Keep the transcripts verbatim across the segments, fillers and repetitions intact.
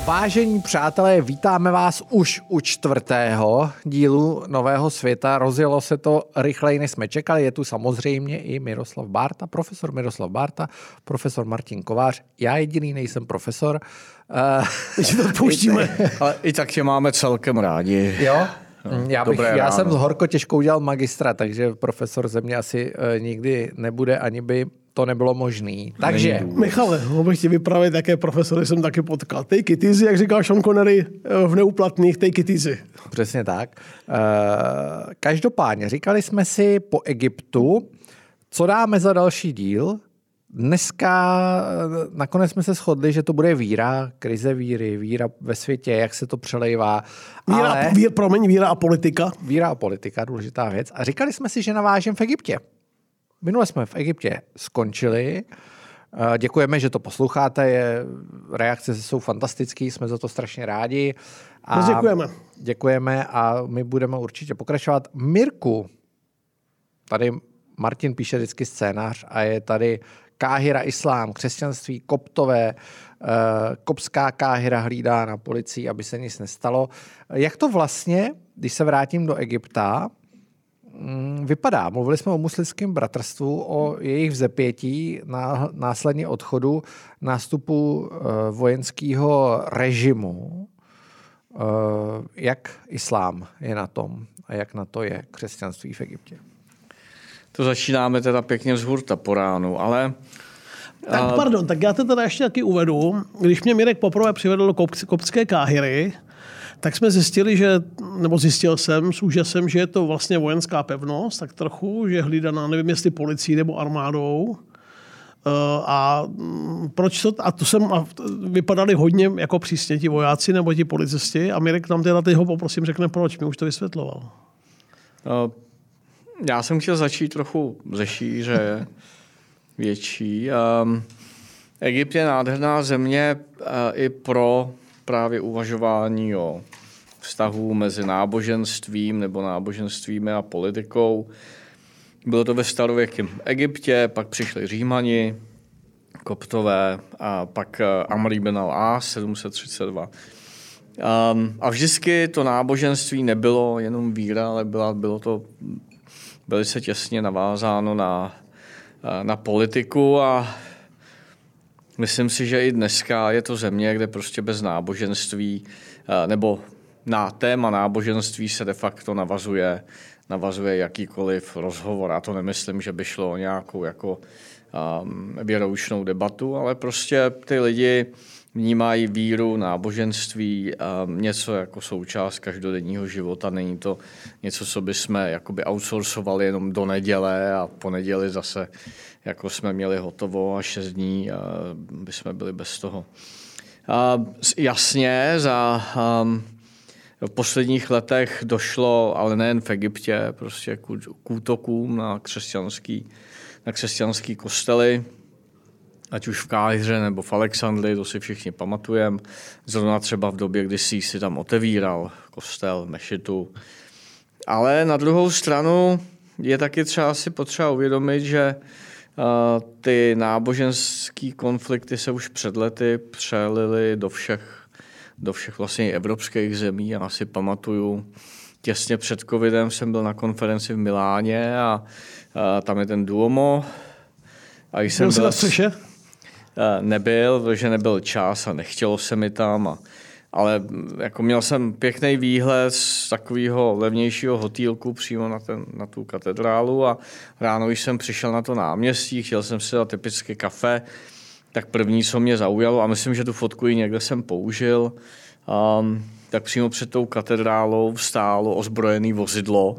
Vážení přátelé, vítáme vás už u čtvrtého dílu Nového světa. Rozjelo se to rychleji, než jsme čekali. Je tu samozřejmě i Miroslav Bárta, profesor Miroslav Bárta, profesor Martin Kovář. Já jediný nejsem profesor. My si to pouštíme. Ale i tak tě máme celkem rádi. Jo? Já, bych, já jsem z horko těžko udělal magistra, takže profesor ze mě asi uh, nikdy nebude, ani by to nebylo možný. Takže... Michale, mohl bych ti vypravit, jaké profesory jsem taky potkal. Take it easy, jak říkal Sean Connery v Neúplatných, take it easy. Přesně tak. Uh, každopádně, říkali jsme si po Egyptu, co dáme za další díl. Dneska nakonec jsme se shodli, že to bude víra, krize víry, víra ve světě, jak se to přelejvá. Víra, ale... víra, promiň, víra a politika. Víra a politika, důležitá věc. A říkali jsme si, že navážeme v Egyptě. Minule jsme v Egyptě skončili. Děkujeme, že to posloucháte. Je, reakce jsou fantastické, jsme za to strašně rádi. A děkujeme. Děkujeme a my budeme určitě pokračovat. Mirku, tady Martin píše vždycky scénář a je tady Káhira islám, křesťanství, koptové, kopská Káhira hlídá na policii, aby se nic nestalo. Jak to vlastně, když se vrátím do Egypta, vypadá? Mluvili jsme o muslimském bratrstvu, o jejich vzepětí, následně odchodu, nástupu vojenského režimu. Jak islám je na tom a jak na to je křesťanství v Egyptě? To začínáme teda pěkně vzhůrta po ránu, ale... Tak a... pardon, tak já to teda ještě taky uvedu. Když mě Mirek poprvé přivedl do koptské Káhiry, tak jsme zjistili, že, nebo zjistil jsem s úžasem, že je to vlastně vojenská pevnost, tak trochu, že je hlídaná, nevím, jestli policií nebo armádou. A proč to, a to jsem, a vypadali hodně jako přísně ti vojáci nebo ti policisti a Mirek nám teda teď ho poprosím řekne, proč, mi už to vysvětloval. Uh... Já jsem chtěl začít trochu ze šíře větší. Um, Egypt je nádherná země uh, i pro právě uvažování o vztahu mezi náboženstvím nebo náboženstvími a politikou. Bylo to ve starověkém Egyptě, pak přišli Římani, Koptové a pak uh, Amr ibn al-As sedm set třicet dva. Um, a vždycky to náboženství nebylo jenom víra, ale byla, bylo to velice těsně navázáno na, na politiku a myslím si, že i dneska je to země, kde prostě bez náboženství nebo na téma náboženství se de facto navazuje, navazuje jakýkoliv rozhovor. A to nemyslím, že by šlo o nějakou jako um, věroučnou debatu, ale prostě ty lidi vnímají víru, náboženství, um, něco jako součást každodenního života. Není to něco, co bychom jakoby outsourcovali jenom do neděle a po neděli zase jako jsme měli hotovo a šest dní a bychom byli bez toho. Uh, jasně, za um, v posledních letech došlo, ale nejen v Egyptě, prostě k, k útokům na křesťanský, na křesťanský kostely, ať už v Káhiře nebo v Alexandrii, to si všichni pamatujeme. Zrovna třeba v době, kdy si tam otevíral kostel, mešitu. Ale na druhou stranu je taky třeba si potřeba uvědomit, že uh, ty náboženský konflikty se už před lety přelily do všech, do všech vlastně evropských zemí. Já si pamatuju, těsně před covidem jsem byl na konferenci v Miláně a uh, tam je ten Duomo. A jsem byl jsi na střeše? Nebyl, protože nebyl čas a nechtělo se mi tam. A, ale jako měl jsem pěkný výhled z takového levnějšího hotýlku přímo na, ten, na tu katedrálu a ráno, když jsem přišel na to náměstí, chtěl jsem si dát typické kafe, tak první, co mě zaujalo, a myslím, že tu fotku i někde jsem použil, um, tak přímo před tou katedrálou stálo ozbrojené vozidlo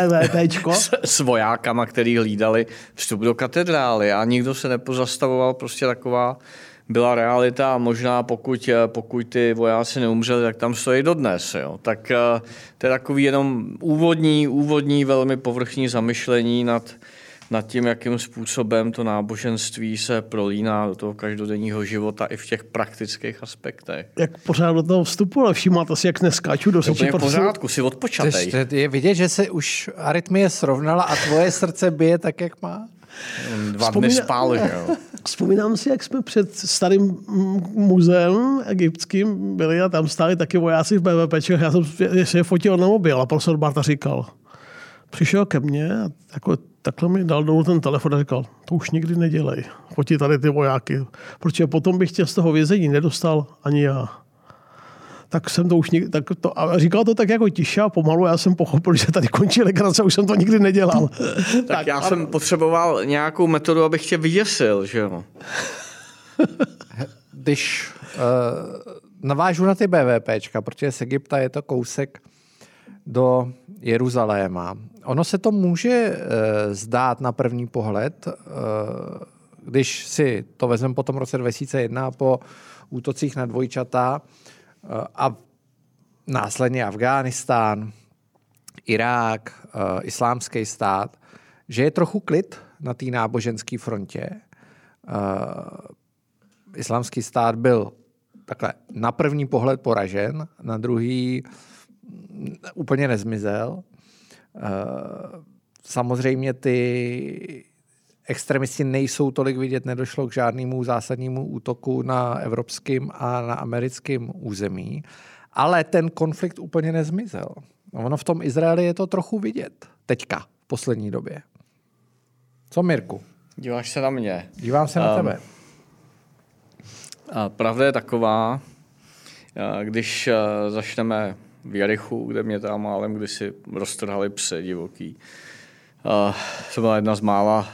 s, s vojákama, který hlídali vstup do katedrály a nikdo se nepozastavoval, prostě taková byla realita a možná pokud, pokud ty vojáci neumřeli, tak tam stojí dodnes. Jo. Tak to je takový jenom úvodní, úvodní velmi povrchní zamyšlení nad nad tím, jakým způsobem to náboženství se prolíná do toho každodenního života i v těch praktických aspektech. Jak pořád do toho vstupu, ale všímáte si, jak neskáču do řeči. Je v pořádku, si odpočatej. Je vidět, že se už arytmie srovnala a tvoje srdce bije tak, jak má? Dva dny spál, že jo. Vzpomínám si, jak jsme před starým muzeem egyptským byli a tam stáli taky vojáci v BVPčech. Já jsem si je fotil na mobil a profesor Barta říkal, přišel ke mně a jako, takhle mi dal dolů ten telefon a říkal, to už nikdy nedělej, fotí tady ty vojáky, protože potom bych tě z toho vězení nedostal ani já. Tak jsem to už nikdy, tak to, a říkal to tak jako tiše a pomalu, já jsem pochopil, že tady končí legrace, už jsem to nikdy nedělal. tak, tak já a... jsem potřeboval nějakou metodu, abych tě vyděsil, že jo? Když uh, navážu na ty BVPčka, protože z Egypta je to kousek do Jeruzaléma. Ono se to může uh, zdát na první pohled, uh, když si to vezmeme po tom roce dva tisíce jedna po útocích na dvojčata uh, a následně Afghánistán, Irák, uh, islámský stát, že je trochu klid na té náboženské frontě. Uh, islámský stát byl takhle na první pohled poražen, na druhý úplně nezmizel. Samozřejmě ty extremisti nejsou tolik vidět, nedošlo k žádnému zásadnímu útoku na evropském a na americkém území, ale ten konflikt úplně nezmizel. Ono v tom Izraeli je to trochu vidět. Teďka, v poslední době. Co, Mirku? Díváš se na mě. Dívám se na um, tebe. A pravda je taková, když začneme v Jerichu, kde mě tam málem kdysi roztrhali psy divoký. To byla jedna z mála,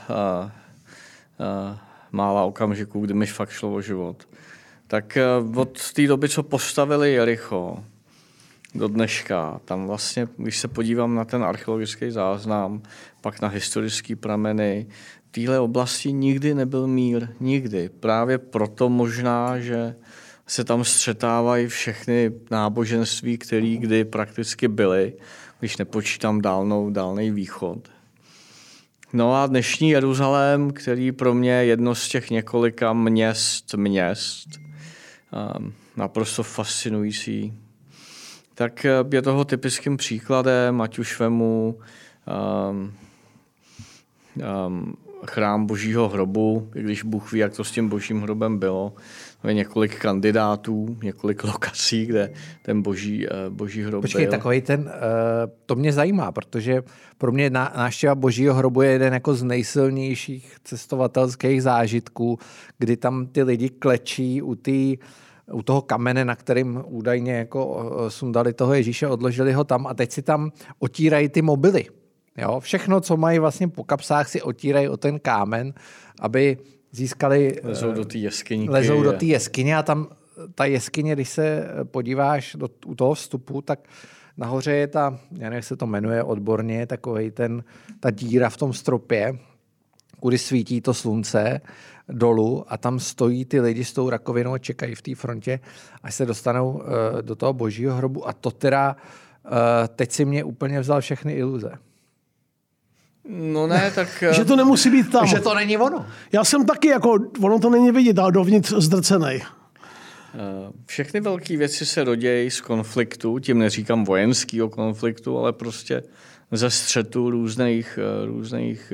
mála okamžiků, kdy mi fakt šlo o život. Tak od té doby, co postavili Jericho do dneška, tam vlastně, když se podívám na ten archeologický záznam, pak na historické prameny, v téhle oblasti nikdy nebyl mír, nikdy. Právě proto možná, že se tam střetávají všechny náboženství, které kdy prakticky byly, když nepočítám dálnou, dálnej východ. No a dnešní Jeruzalém, který pro mě je jedno z těch několika měst, měst, um, naprosto fascinující, tak je toho typickým příkladem, ať už vemu um, um, chrám Božího hrobu, i když Bůh ví, jak to s tím Božím hrobem bylo. Je několik kandidátů, několik lokací, kde ten Boží, boží hrob Počkej, byl. takovej ten, uh, to mě zajímá, protože pro mě návštěva Božího hrobu je jeden jako z nejsilnějších cestovatelských zážitků, kdy tam ty lidi klečí u, tý, u toho kamene, na kterým údajně jako sundali toho Ježíše, odložili ho tam a teď si tam otírají ty mobily. Jo? Všechno, co mají vlastně po kapsách, si otírají o ten kámen, aby získali... Lezou do té jeskyně. Lezou do té jeskyně a tam ta jeskyně, když se podíváš do, u toho vstupu, tak nahoře je ta, já nevím, jak se to jmenuje odborně, takovej ten, ta díra v tom stropě, kudy svítí to slunce dolů a tam stojí ty lidi s tou rakovinou a čekají v té frontě, až se dostanou uh, do toho Božího hrobu a to teda uh, teď si mě úplně vzal všechny iluze. No ne, tak... Že to nemusí být tam. Že to není ono. Já jsem taky, jako, ono to není vidět, ale dovnitř zdrcenej. Všechny velké věci se rodějí z konfliktu, tím neříkám vojenského konfliktu, ale prostě ze střetu různých, různých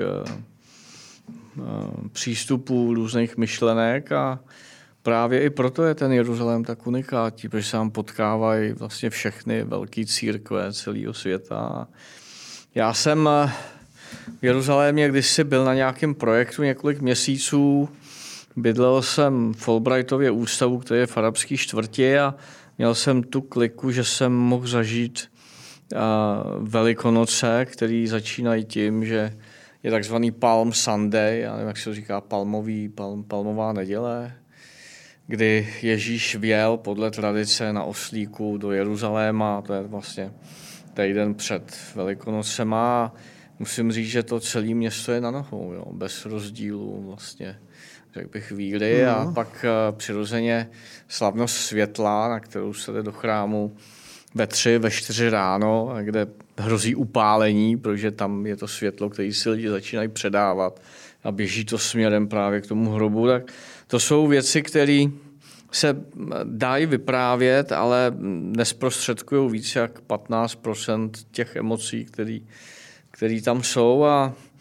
přístupů, různých myšlenek a právě i proto je ten Jeruzalém tak unikátní, protože se tam potkávají vlastně všechny velké církve celého světa. Já jsem v Jeruzalémě kdysi byl na nějakém projektu několik měsíců. Bydlel jsem v Fulbrightově ústavu, který je v arabské čtvrti a měl jsem tu kliku, že jsem mohl zažít uh, Velikonoce, který začínají tím, že je takzvaný Palm Sunday, já nevím, jak se to říká, palmový, palm, palmová neděle, kdy Ježíš vjel podle tradice na oslíku do Jeruzaléma, to je vlastně týden před Velikonocema. Musím říct, že to celé město je na nohou, jo, bez rozdílu vlastně, řekl bych, víry. Mm. A pak uh, přirozeně slavnost světla, na kterou se jde do chrámu ve tři, ve čtyři ráno, kde hrozí upálení, protože tam je to světlo, které si lidi začínají předávat a běží to směrem právě k tomu hrobu. Tak to jsou věci, které se dají vyprávět, ale nesprostředkují víc jak patnáct procent těch emocí, které který tam jsou a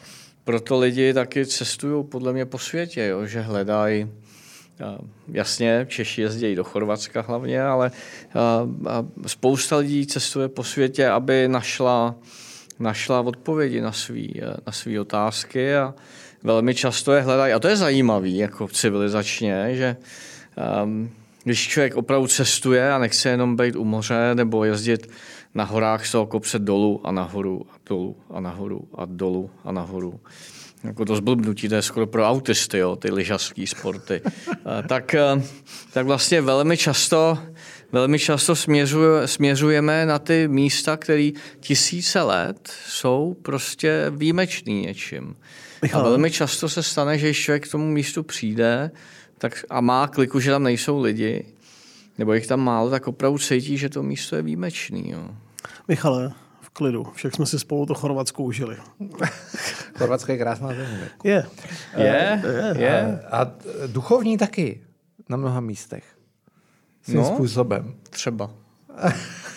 proto lidi taky cestují podle mě po světě, jo, že hledají. Jasně, Češi jezdí do Chorvatska hlavně, ale spousta lidí cestuje po světě, aby našla, našla odpovědi na svý, na svý otázky a velmi často je hledají. A to je zajímavý, jako civilizačně, že um, když člověk opravdu cestuje a nechce jenom být u moře nebo jezdit na horách z toho kopce dolů a nahoru a dolů a nahoru a dolů a nahoru. Jako to zblbnutí, to je skoro pro autisty, jo, ty lyžařský sporty. tak, tak vlastně velmi často, velmi často směřuje, směřujeme na ty místa, které tisíce let jsou prostě výjimečný něčím. Michal. A velmi často se stane, že když člověk k tomu místu přijde tak, a má kliku, že tam nejsou lidi, nebo jich tam málo, tak opravdu cítí, že to místo je výjimečný. Jo. Michale, v klidu. Však jsme si spolu to Chorvatsko užili. Chorvatsko je krásná země. Je. Je, je. A, a duchovní taky na mnoha místech. Svým no, způsobem. Třeba. uh,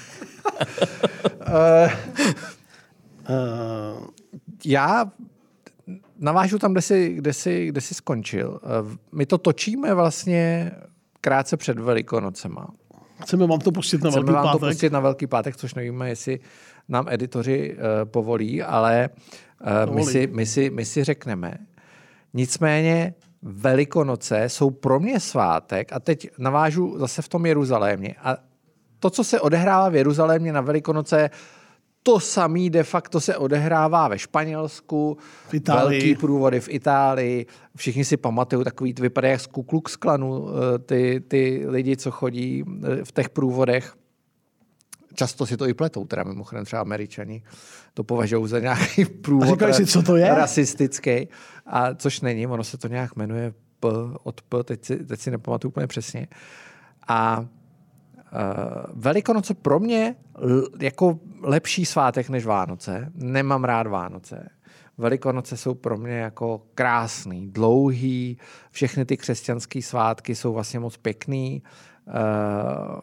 uh, já navážu tam, kde jsi, kde jsi, kde jsi skončil. My to točíme vlastně krátce před Velikonocema. Chceme vám to pustit na Chceme Velký vám pátek. to pustit na Velký pátek, což nevíme, jestli nám editoři uh, povolí, ale uh, my, si, my, si, my si řekneme. Nicméně Velikonoce jsou pro mě svátek a teď navážu zase v tom Jeruzalémě. A to, co se odehrává v Jeruzalémě na Velikonoce, to samé de facto se odehrává ve Španělsku, v Itálii. Velký průvody v Itálii. Všichni si pamatují takový, to vypadá jak z Ku Klux Klanu, ty, ty lidi, co chodí v těch průvodech. Často si to i pletou, teda mimochodem třeba Američani to považují za nějaký průvod si, co to je? rasistický, a což není, ono se to nějak jmenuje P od P, teď si, teď si nepamatuju úplně přesně. A Uh, Velikonoce pro mě l, jako lepší svátek než Vánoce. Nemám rád Vánoce. Velikonoce jsou pro mě jako krásný, dlouhý, všechny ty křesťanské svátky jsou vlastně moc pěkný. Uh,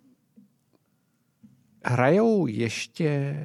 hrajou ještě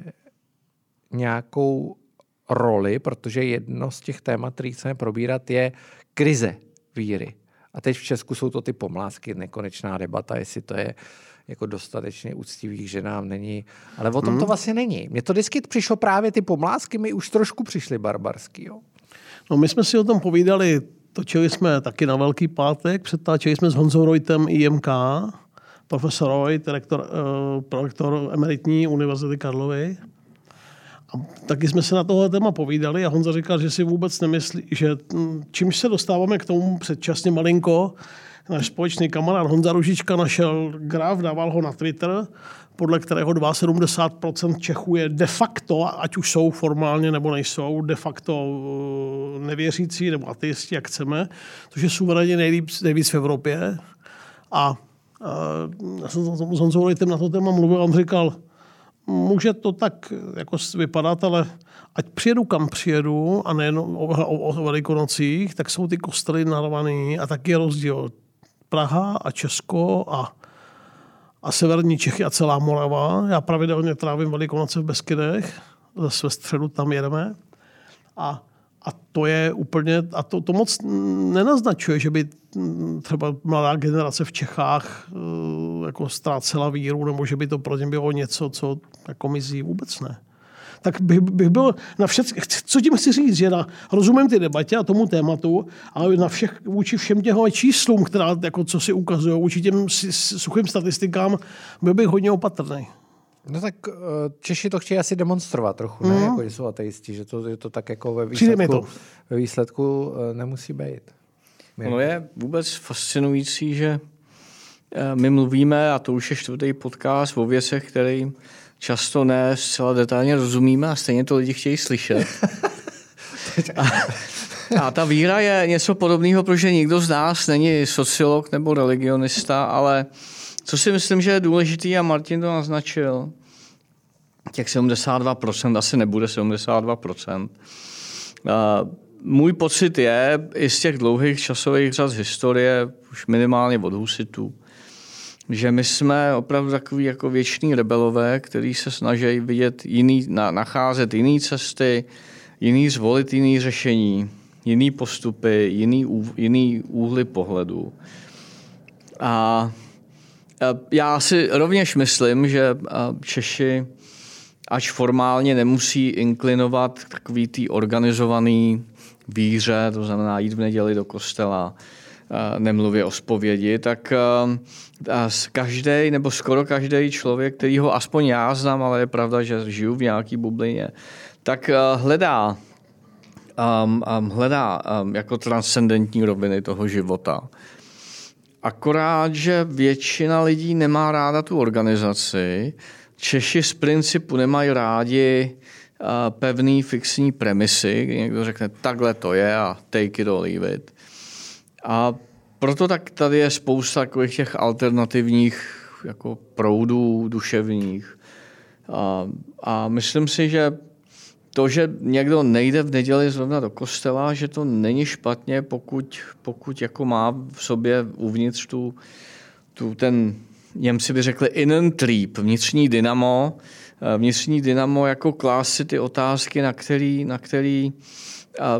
nějakou roli, protože jedno z těch témat, který chceme probírat, je krize víry. A teď v Česku jsou to ty pomlázky, nekonečná debata, jestli to je jako dostatečně úctivých ženám, není. Ale o tom hmm. to vlastně není. Mně to vždycky přišlo právě ty pomlázky, mi už trošku přišly barbarský. Jo. No my jsme si o tom povídali, točili jsme taky na Velký pátek, přetáčeli jsme s Honzou Reutem I M K, profesor Reut, rektor, uh, prorektor emeritní Univerzity Karlovy. A taky jsme se na tohle téma povídali a Honza říkal, že si vůbec nemyslí, že čímž se dostáváme k tomu předčasně malinko, náš společný kamarád Honza Ružička našel graf, dával ho na Twitter, podle kterého sedmdesát dva procent Čechů je de facto, ať už jsou formálně nebo nejsou, de facto nevěřící nebo ateisti, jak chceme, což je suverénně nejvíc, nejvíc v Evropě. A, a já jsem s Honzou Reutem na to téma mluvil a on říkal, může to tak jako vypadat, ale ať přijedu, kam přijedu, a nejen o, o, o Velikonocích, tak jsou ty kostely narvaný a taky je rozdíl. Praha a Česko a, a severní Čechy a celá Morava. Já pravidelně trávím Velikonoce v Beskydech, zase ve středu tam jedeme. A, a to je úplně, a to, to moc nenaznačuje, že by třeba mladá generace v Čechách jako ztrácela víru, nebo že by to pro ně bylo něco, co jako mizí, vůbec ne. Tak bych, bych byl na všech, co tím chci říct, že na, rozumím ty debatě a tomu tématu, ale na všech, vůči všem těm číslům, která, jako, co si ukazují, vůči těm suchým statistikám, byl bych hodně opatrný. No tak Češi to chtějí asi demonstrovat trochu, ne? Mm. Jako, že jsou ateisti, že to, že to tak jako ve výsledku, ve výsledku nemusí být. Ono je vůbec fascinující, že my mluvíme, a to už je čtvrtý podcast, o věcech, které často ne zcela detailně rozumíme a stejně to lidi chtějí slyšet. a, a ta víra je něco podobného, protože nikdo z nás není sociolog nebo religionista, ale co si myslím, že je důležitý, a Martin to naznačil, těch sedmdesát dva procent asi nebude sedmdesát dva procent. A můj pocit je, i z těch dlouhých časových řad z historie, už minimálně od husitů, že my jsme opravdu takový jako věční rebelové, kteří se snaží vidět jiný, na, nacházet jiné cesty, jiný zvolit jiný řešení, jiný postupy, jiný, jiný úhly pohledu. A já si rovněž myslím, že Češi, ač formálně nemusí inklinovat k takový tý organizovaný víře, to znamená jít v neděli do kostela, nemluvě o zpovědi, tak každý nebo skoro každý člověk, který ho aspoň já znám, ale je pravda, že žiju v nějaký bublině, tak hledá, um, um, hledá um, jako transcendentní roviny toho života. Akorát, že většina lidí nemá ráda tu organizaci. Češi z principu nemají rádi uh, pevný fixní premisy, kdy někdo řekne, takhle to je a take it or leave it. A proto tak tady je spousta takových těch alternativních jako proudů duševních. A, a myslím si, že to, že někdo nejde v neděli zrovna do kostela, že to není špatně, pokud, pokud jako má v sobě uvnitř tu, tu ten, Němci by řekli Innentrieb, vnitřní dynamo, vnitřní dynamo jako klást si ty otázky, na který, na který a,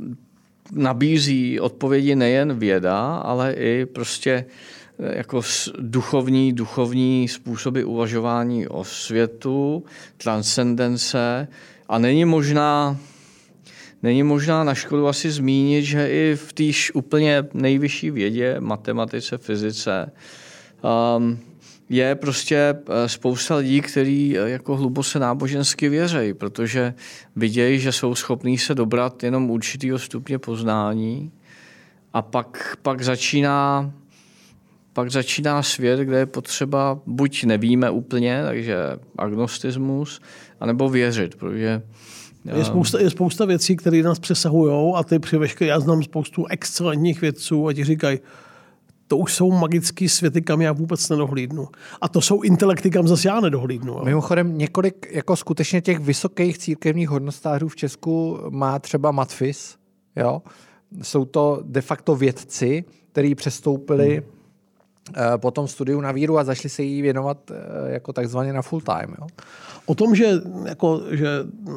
nabízí odpovědi nejen věda, ale i prostě jako duchovní, duchovní způsoby uvažování o světu, transcendence. A není možná, není možná na škodu asi zmínit, že i v té úplně nejvyšší vědě, matematice, fyzice, um, je prostě spousta lidí, kteří jako hluboce nábožensky věří, protože vidějí, že jsou schopní se dobrat jenom určitýho stupně poznání a pak, pak, začíná, pak začíná svět, kde je potřeba, buď nevíme úplně, takže agnostismus, anebo věřit, protože je spousta, je spousta věcí, které nás přesahují a ty při veškeré, já znám spoustu excelentních vědců a ti říkají, to už jsou magické světy, kam já vůbec nedohlídnu. A to jsou intelekty, kam zase já nedohlídnu. Jo. Mimochodem několik jako skutečně těch vysokých církevních hodnostářů v Česku má třeba Matfis. Jo? Jsou to de facto vědci, kteří přestoupili hmm. po tom studiu na víru a zašli se jí věnovat jako takzvaně na full time. Jo? O tom, že, jako, že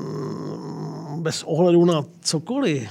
bez ohledu na cokoliv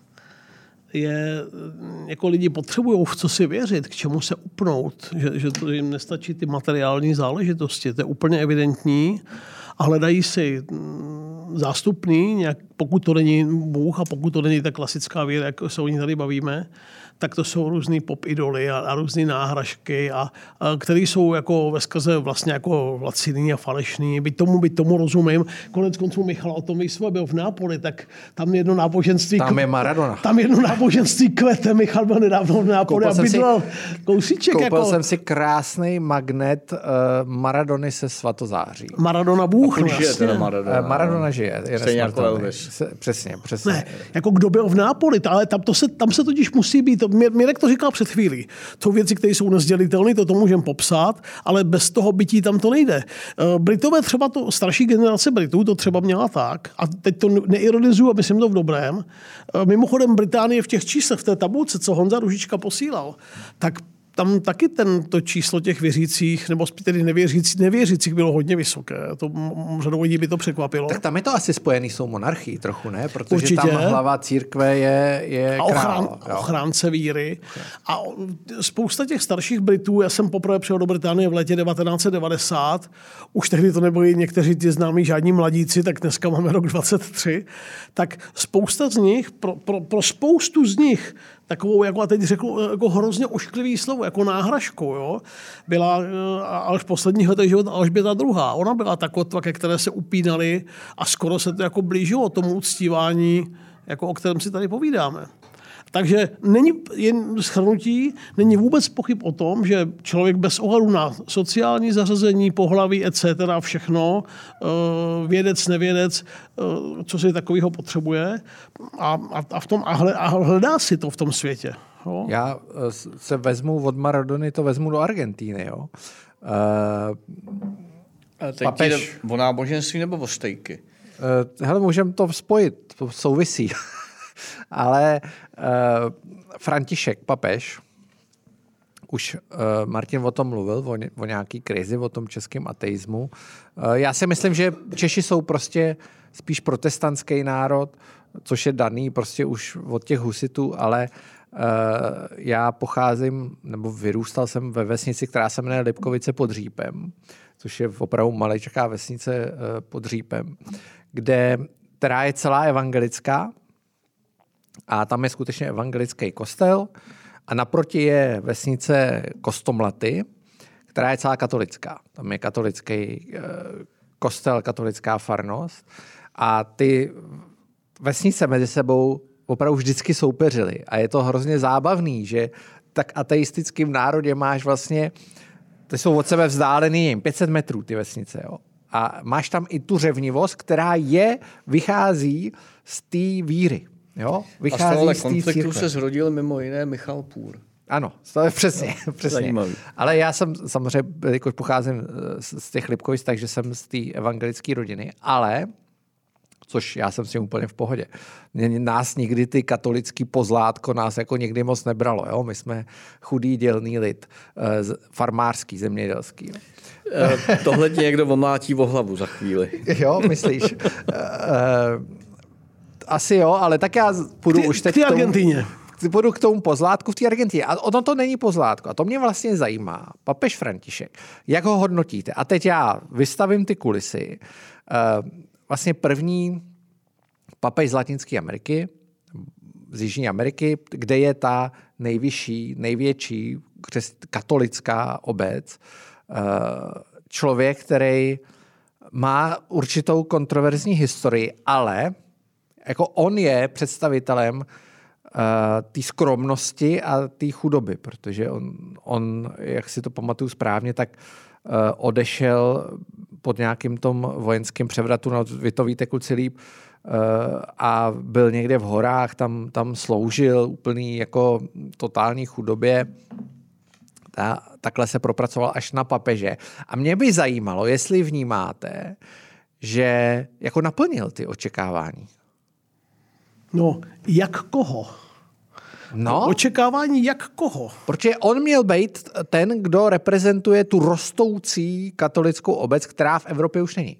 je, jako lidi potřebují v co si věřit, k čemu se upnout, že, že to jim nestačí ty materiální záležitosti, to je úplně evidentní a hledají si zástupný, nějak, pokud to není Bůh a pokud to není ta klasická víra, jak se o ní tady bavíme, tak to jsou různý pop idoly a, a různý náhražky, a, a které jsou jako ve skrze vlastně jako laciný a falešný. Byť tomu, byť tomu rozumím. Konec konců Michal o tom výsledek byl v Nápoli, tak tam jedno náboženství... Tam je Maradona. Tam jedno náboženství kvete. Michal byl nedávno v Nápoli a bydlel kousíček. Koupil jako... jsem si krásný magnet uh, Maradony se Svatozáří. Maradona Bůh, no jasně. Maradona. Uh, Maradona žije. Je Stejně jako Elvis. Přesně, přesně. Ne, jako kdo byl v Nápoli, ale tam, to se, tam se totiž musí být... Mirek to říkal před chvílí. To věci, které jsou nezdělitelné, to to můžeme popsat, ale bez toho bytí tam to nejde. Britové třeba to, starší generace Britů to třeba měla tak, a teď to neironizuju, aby jsem to v dobrém. Mimochodem Británie v těch číslech, v té tabulce, co Honza Ružička posílal, tak tam taky ten, to číslo těch věřících, nebo tedy nevěřících, nevěřících bylo hodně vysoké. To řadou lidí by to překvapilo. Tak tam je to asi spojený s tou monarchií trochu, ne? Protože určitě. Tam hlava církve je, je a ochrán, král. Ochránce víry. A spousta těch starších Britů, já jsem poprvé přijel do Británie v létě devatenáct set devadesát, už tehdy to nebyli někteří ti známí žádní mladíci, tak dneska máme rok dvacet tři, tak spousta z nich, pro, pro, pro spoustu z nich, takovou, jako a teď řekl, jako hrozně ošklivý slovo, jako náhražku, jo, byla až posledních letech života Alžběta druhá. Ona byla ta kotva, ke které se upínali a skoro se to jako blížilo tomu uctívání, jako o kterém si tady povídáme. Takže není jen shrnutí, není vůbec pochyb o tom, že člověk bez ohledu na sociální zařazení, pohlaví, et cetera, všechno, vědec, nevědec, co si takového potřebuje a, a, v tom, a hledá si to v tom světě. Jo? Já se vezmu od Maradony, to vezmu do Argentíny. Jo? Uh, Teď papež... jde o náboženství nebo o stejky? Uh, hele, můžeme to spojit, to souvisí. Ale uh, František, papež, už uh, Martin o tom mluvil, o, o nějaký krizi, o tom českém ateismu. Uh, já si myslím, že Češi jsou prostě spíš protestantský národ. což je daný prostě už od těch husitů, ale uh, já pocházím, nebo vyrůstal jsem ve vesnici, která se jmenuje Lipkovice pod Řípem, což je opravdu maličká vesnice uh, pod Řípem, kde, která je celá evangelická a tam je skutečně evangelický kostel a naproti je vesnice Kostomlaty, která je celá katolická. Tam je katolický uh, kostel, katolická farnost a ty vesnice mezi sebou opravdu vždycky soupeřily. A je to hrozně zábavný, že tak ateistickým národě máš vlastně, ty jsou od sebe vzdálený jim pět set metrů ty vesnice. Jo? A máš tam i tu řevnivost, která je, vychází z té víry. Jo? Vychází a z tohohle z konfliktu církve. se zrodil mimo jiné Michal Půr. Ano, to je přesně. No, přesně. Zajímavý. Ale já jsem samozřejmě, jakož pocházím z těch Lipkovic, takže jsem z té evangelické rodiny, ale což já jsem s tím úplně v pohodě. Nás nikdy ty katolický pozlátko nás jako nikdy moc nebralo. Jo? My jsme chudý dělný lid, farmářský, zemědělský. Jo? Tohle ti někdo omlátí o hlavu za chvíli. Jo, myslíš? Asi jo, ale tak já půjdu Ty, už teď k té Argentíně. Půjdu k tomu pozlátku v té Argentině. A ono to není pozlátko. A to mě vlastně zajímá. Papež František. Jak ho hodnotíte? A teď já vystavím ty kulisy. Vlastně první papež z Latinské Ameriky, z Jižní Ameriky, kde je ta nejvyšší, největší katolická obec. Člověk, který má určitou kontroverzní historii, ale jako on je představitelem uh, té skromnosti a té chudoby, protože on, on, jak si to pamatuju správně, tak uh, odešel pod nějakým tom vojenským převratu, no, vy to víte, kluci líp, uh, a byl někde v horách, tam, tam sloužil úplný jako totální chudobě. Ta, takhle se propracoval až na papeže. A mě by zajímalo, jestli vnímáte, že jako naplnil ty očekávání. No, jak koho? No, Očekávání jak koho? protože on měl být ten, kdo reprezentuje tu rostoucí katolickou obec, která v Evropě už není.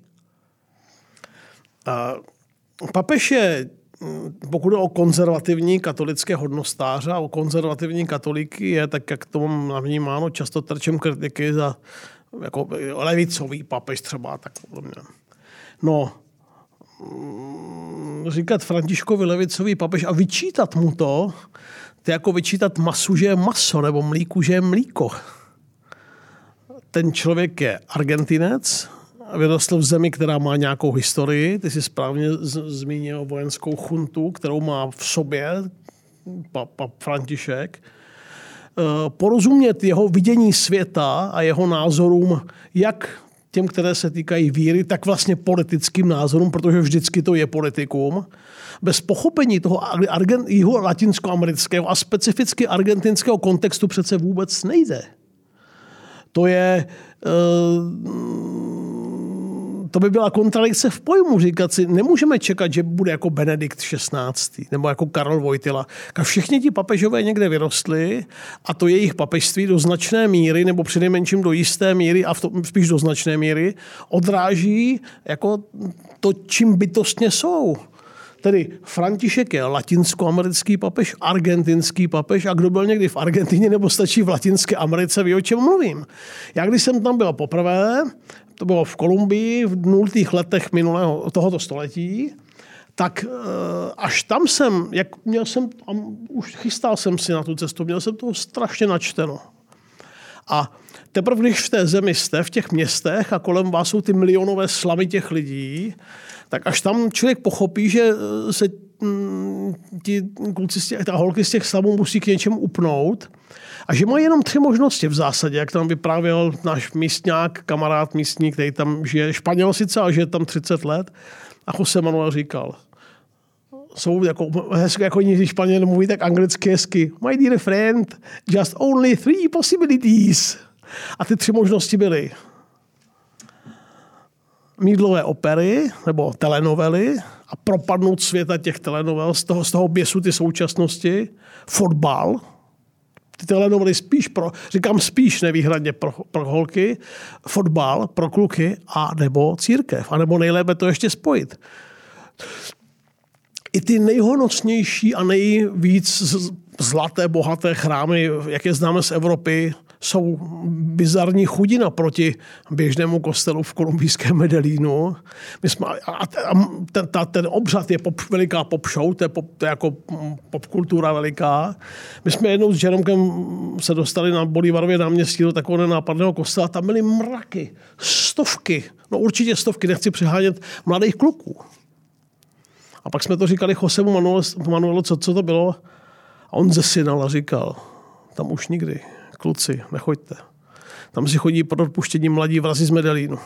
Uh, papež je, pokud je o konzervativní katolické hodnostáře a o konzervativní katolíky, je tak, jak to mám navnímáno, často trčem kritiky za jako levicový papež třeba. Tak no, říkat Františkovi levicový papež a vyčítat mu to, to je jako vyčítat masu, že je maso, nebo mlíku, že je mlíko. Ten člověk je Argentinec, vyrostl v zemi, která má nějakou historii. Ty jsi správně z- zmínil vojenskou chuntu, kterou má v sobě pa, pa František. E, porozumět jeho vidění světa a jeho názorům, jak těm, které se týkají víry, tak vlastně politickým názorům, protože vždycky to je politikum. Bez pochopení toho argen- jeho latinskoamerického a specificky argentinského kontextu přece vůbec nejde. To je... E, To by byla kontradikce v pojmu. Říkat si, nemůžeme čekat, že bude jako Benedikt šestnáctý nebo jako Karol Wojtyla. Všichni ti papežové někde vyrostli a to jejich papežství do značné míry, nebo přinejmenším do jisté míry a v to, spíš do značné míry, odráží jako to, čím bytostně jsou. Tedy František je latinskoamerický papež, argentinský papež a kdo byl někdy v Argentině nebo stačí v Latinské Americe, ví, o čem mluvím. Já když jsem tam byl poprvé, to bylo v Kolumbii v nultých letech minulého tohoto století, tak až tam jsem, jak měl jsem, už chystal jsem si na tu cestu, měl jsem toho strašně načteno. A teprve, když v té zemi jste, v těch městech a kolem vás jsou ty milionové slavy těch lidí, tak až tam člověk pochopí, že se ti kluci z těch, ta holky z těch slavů musí k něčemu upnout a že mají jenom tři možnosti v zásadě, jak tam vyprávěl náš místňák, kamarád místní, který tam žije, Španěl sice, ale žije tam třicet let, a José Manuel říkal, jsou jako hezky, jako jiní Španěl mluví tak anglicky hezky, my dear friend, just only three possibilities. A ty tři možnosti byly mýdlové opery nebo telenovely a propadnout světa těch telenovel, z toho, z toho běsu ty současnosti, fotbal, ty telenovely spíš pro, říkám spíš nevýhradně pro, pro holky, fotbal pro kluky a nebo církev, a nebo nejlépe to ještě spojit. i ty nejhonosnější a nejvíc zlaté, bohaté chrámy, jak je známe z Evropy, jsou bizarní chudina proti běžnému kostelu v kolumbijském Medellínu. My jsme, a ten, ta, ten obřad je pop, veliká pop show, to je, pop, to je jako popkultura veliká. My jsme jednou s Jeromkem se dostali na Bolívarově náměstí do takového nenápadného kostela, tam byly mraky, stovky, no určitě stovky, nechci přehánět, mladých kluků. A pak jsme to říkali Josemu Manuelu, Manuelu co, co to bylo? A on zesinal a říkal, tam už nikdy. Kluci, nechoďte. Tam si chodí pod odpuštěním mladí vrazi z Medellínu.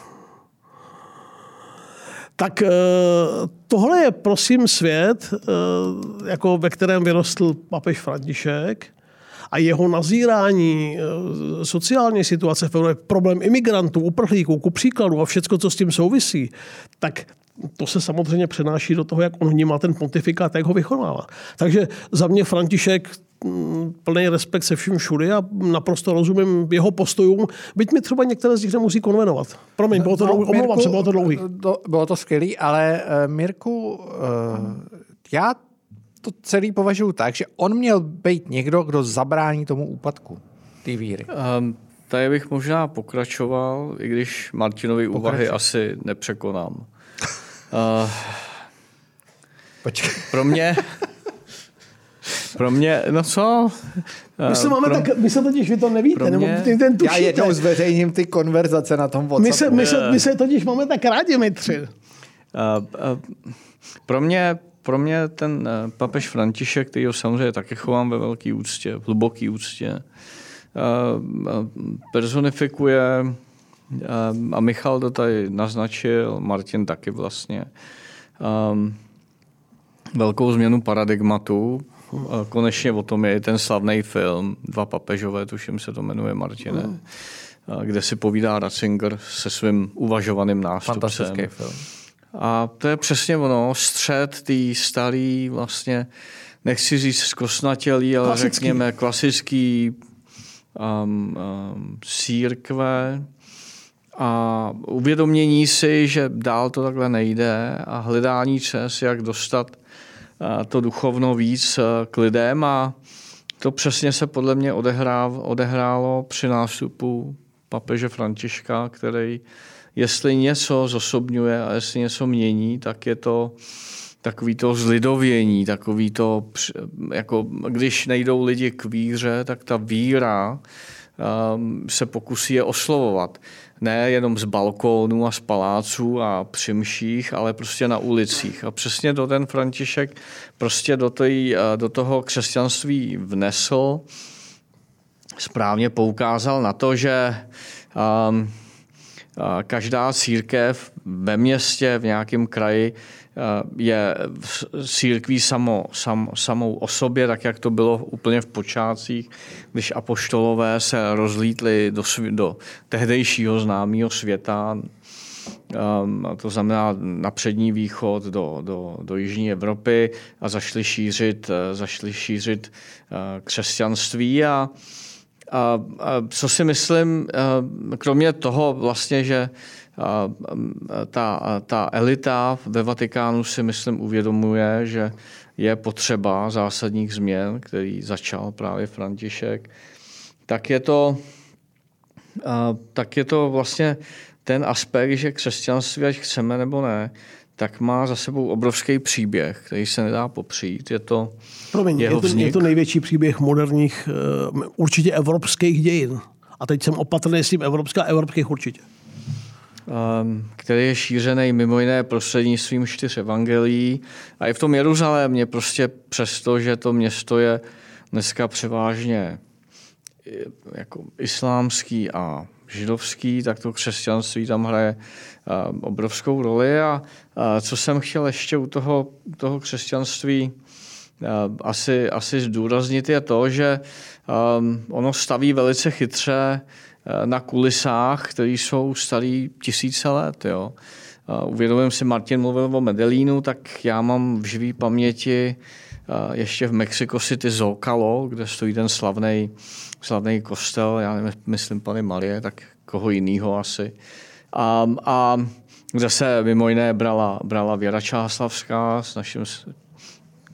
Tak tohle je, prosím, svět, jako ve kterém vyrostl papež František a jeho nazírání sociální situace v Evropě, problém imigrantů, uprchlíků, ku příkladu a všecko, co s tím souvisí, tak to se samozřejmě přenáší do toho, jak on vnímá ten pontifikát, jak ho vykonává. Takže za mě František plný respekt se vším všudy a naprosto rozumím jeho postojům, byť mi třeba některé z nich nemusí konvenovat. Promiň, bylo to no, dlouhý, omlouvám se, bylo to dlouhý. To, bylo to skvělý, ale uh, Mirku, uh, já to celý považuji tak, že on měl být někdo, kdo zabrání tomu úpadku té víry. Um, tady bych možná pokračoval, i když Martinovy úvahy asi nepřekonám. Uh, Počkej. Pro mě... Pro mě, no co? My se, máme pro, tak, my se totiž, vy to nevíte, mě, nebo ty ten tušíte. Já jednou zveřejním ty konverzace na tom WhatsAppu. My se, my se, my se totiž máme tak rádi, my tři. Uh, uh, pro, mě, pro mě ten uh, papež František, kterýho samozřejmě taky chovám ve velké úctě, v hluboké úctě, uh, uh, personifikuje, uh, a Michal to tady naznačil, Martin taky vlastně, um, velkou změnu paradigmatu. Konečně o tom je ten slavný film Dva papežové, tuším se to jmenuje, Martine, mm. kde si povídá Ratzinger se svým uvažovaným nástupcem. Fantastický film. A to je přesně ono, střed tý starý vlastně, nechci říct zkostnatělý, ale klasický. řekněme klasický um, um, církve a uvědomění si, že dál to takhle nejde a hledání cest, jak dostat to duchovno víc k lidem a to přesně se podle mě odehrálo, odehrálo při nástupu papeže Františka, který jestli něco zosobňuje a jestli něco mění, tak je to takový to zlidovění, takový to, jako když nejdou lidi k víře, tak ta víra um, se pokusí je oslovovat. Ne jenom z balkónů a z paláců a při mších, ale prostě na ulicích. A přesně to ten František prostě do, tej, do toho křesťanství vnesl. Správně poukázal na to, že um, každá církev ve městě, v nějakém kraji je církví samo, sam, samou o sobě, tak jak to bylo úplně v počátcích, když apoštolové se rozlítli do, do tehdejšího známého světa, um, to znamená na přední východ do, do, do jižní Evropy a zašli šířit, zašli šířit uh, křesťanství a A, a co si myslím, kromě toho vlastně, že ta, ta elita ve Vatikánu si myslím uvědomuje, že je potřeba zásadních změn, který začal právě František, tak je to, tak je to vlastně ten aspekt, že křesťanství, ať chceme nebo ne, tak má za sebou obrovský příběh, který se nedá popřít. Je to Promiň, jeho je to, vznik. je to největší příběh moderních, určitě evropských dějin. A teď jsem opatrný s tím evropská, evropských určitě. Um, který je šířený mimo jiné prostřednictvím čtyř evangelií. A i v tom Jeruzalémě prostě přesto, že to město je dneska převážně jako islámský a židovský, tak to křesťanství tam hraje uh, obrovskou roli. A uh, co jsem chtěl ještě u toho, toho křesťanství uh, asi, asi zdůraznit, je to, že um, ono staví velice chytře uh, na kulisách, které jsou starý tisíce let. Jo. Uh, uvědomím si, Martin mluvil o Medellínu, tak já mám v živý paměti uh, ještě v Mexico City Zócalo, kde stojí ten slavnej slavný kostel, já nevím, myslím Panny Marie, tak koho jinýho asi. A, a kde se mimo jiné brala, brala Věra Čáslavská s naším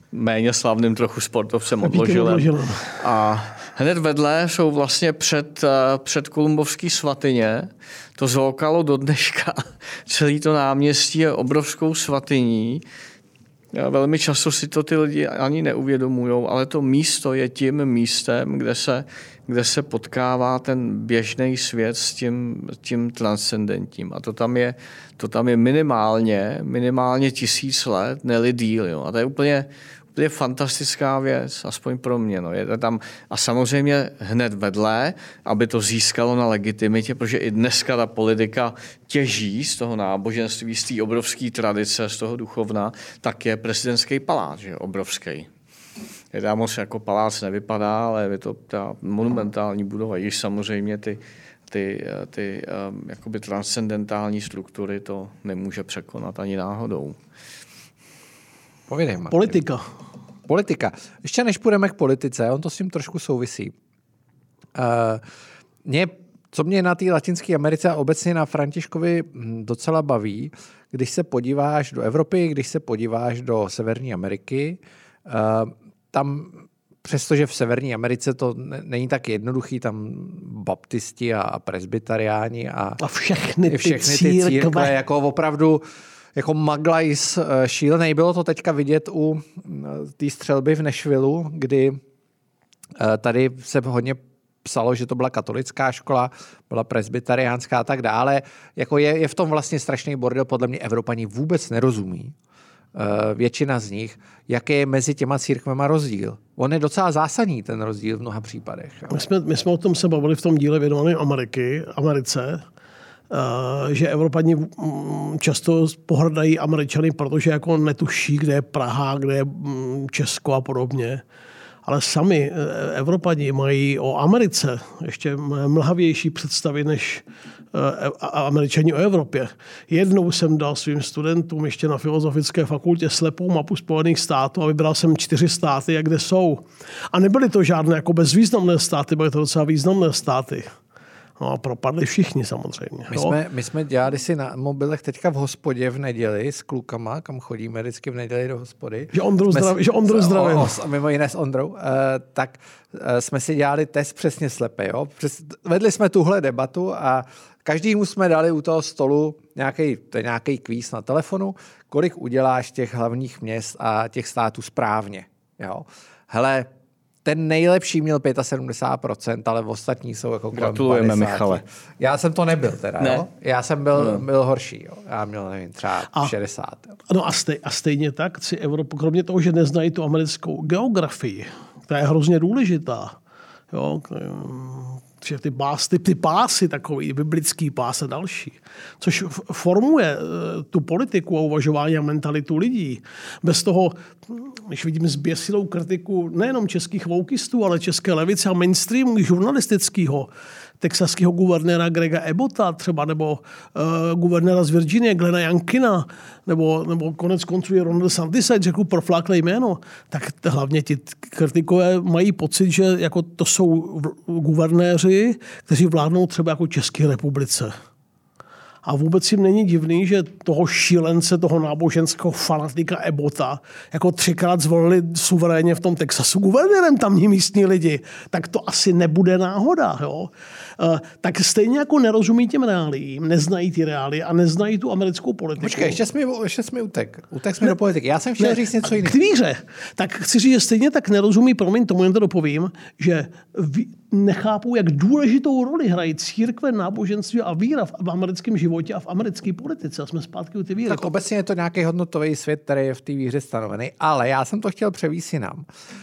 méně slavným trochu sportovcem odložilem. A hned vedle jsou vlastně před, před Kolumbovský svatyně. To zlokalo do dneška. Celý to náměstí je obrovskou svatyní. Velmi často si to ty lidi ani neuvědomují, ale to místo je tím místem, kde se, kde se potkává ten běžný svět s tím, tím transcendentním. A to tam je, to tam je minimálně, minimálně tisíc let, ne-li díl. Jo. A to je úplně, úplně fantastická věc, aspoň pro mě. No. Je to tam, a samozřejmě hned vedle, aby to získalo na legitimitě, protože i dneska ta politika těží z toho náboženství, z té obrovské tradice, z toho duchovna, tak je prezidentský palác, že obrovský. Je tam moc jako palác nevypadá, ale je to ta monumentální budova, již samozřejmě ty, ty, ty um, jakoby transcendentální struktury to nemůže překonat ani náhodou. Povídej, Martin. Politika. Politika. Ještě než půjdeme k politice, on to s tím trošku souvisí. Uh, mě, co mě na té Latinské Americe a obecně na Františkovi docela baví, když se podíváš do Evropy, když se podíváš do Severní Ameriky, uh, tam, přestože v Severní Americe to není tak jednoduchý, tam baptisti a presbyteriáni a, a všechny, ty, všechny ty církve. církve, jako opravdu jako Maglajs šílený. Bylo to teďka vidět u té střelby v Nashvilleu, kdy tady se hodně psalo, že to byla katolická škola, byla presbyteriánská a tak dále. Jako je, je v tom vlastně strašný bordel, podle mě Evropani vůbec nerozumí. Většina z nich, jaký je mezi těma církvema rozdíl. On je docela zásadní, ten rozdíl v mnoha případech. My jsme, my jsme o tom se bavili v tom díle věnovaném Ameriky, Americe, Uh, že Evropani často pohrdají Američany, protože jako netuší, kde je Praha, kde je Česko a podobně. Ale sami Evropani mají o Americe ještě mlhavější představy než Američani o Evropě. Jednou jsem dal svým studentům ještě na Filozofické fakultě slepou mapu Spojených států a vybral jsem čtyři státy, jak kde jsou. A nebyly to žádné jako bezvýznamné státy, byly to docela významné státy. No a propadli všichni samozřejmě. My jsme, my jsme dělali si na mobilech teďka v hospodě v neděli s klukama, kam chodíme vždycky v neděli do hospody. Že Ondru zdravím. Že Ondru zdravím. Mimo jiné s Ondrou. Uh, tak uh, jsme si dělali test přesně slepé. Jo? Přes, vedli jsme tuhle debatu a každému jsme dali u toho stolu nějaký, to je nějaký kvíz na telefonu, kolik uděláš těch hlavních měst a těch států správně. Jo? Hele, ten nejlepší měl sedmdesát pět procent, ale ostatní jsou jako kolem Gratulujeme, padesát. Michale. Já jsem to nebyl teda, ne. jo? Já jsem byl, no. byl horší, jo? Já měl, nevím, třeba a, šedesát. Jo? No a, stej, a stejně tak si Evropu, kromě toho, že neznají tu americkou geografii, která je hrozně důležitá, jo? Že ty, pás, ty, ty pásy, takový biblický pás a další, což formuje tu politiku a uvažování a mentalitu lidí. Bez toho, když vidím zběsilou kritiku nejenom českých woukistů, ale české levice a mainstreamu žurnalistického, texaského guvernéra Grega Abbotta třeba, nebo uh, guvernéra z Virginie Glena Youngkina, nebo, nebo konec konců je Ron DeSantis, řekl profláklé jméno, tak hlavně ti kritikové mají pocit, že jako to jsou guvernéři, kteří vládnou třeba jako České republice. A vůbec jim není divný, že toho šílence, toho náboženského fanatika Abbotta jako třikrát zvolili suverénně v tom Texasu guvernérem tamní místní lidi. Tak to asi nebude náhoda. Jo? Uh, tak stejně jako nerozumí těm reálím, neznají ty reály a neznají tu americkou politiku. Počkej, ještě jsi mi, ještě jsi mi utek. Utek jsi mi do politiky. Já jsem chtěl ne, říct něco jiného. K víře. Tak chci říct, že stejně tak nerozumí, promiň, tomu jen to dopovím, že nechápou, jak důležitou roli hrají církve, náboženství a víra v americkém životě a v americké politice. A jsme zpátky u ty víry. Tak obecně je to nějaký hodnotový svět, který je v té víře stanovený, ale já jsem to chtěl převést jinam.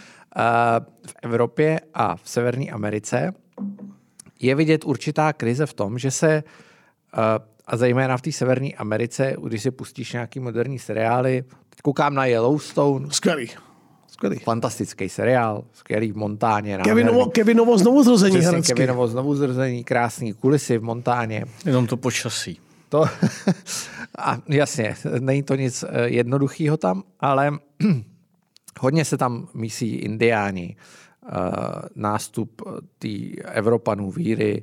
V Evropě a v Severní Americe je vidět určitá krize v tom, že se, a zejména v té Severní Americe, když si pustíš nějaký moderní seriály, teď koukám na Yellowstone. Skvělý. Skvělý. Fantastický seriál, skvělý v Montáně. Kevinovo, Kevinovo znovuzrození herecky. Kevinovo znovuzrození, krásný kulisy v Montáně. Jenom to počasí. To, a jasně, není to nic jednoduchého tam, ale hodně se tam mísí indiáni, nástup tý Evropanů víry,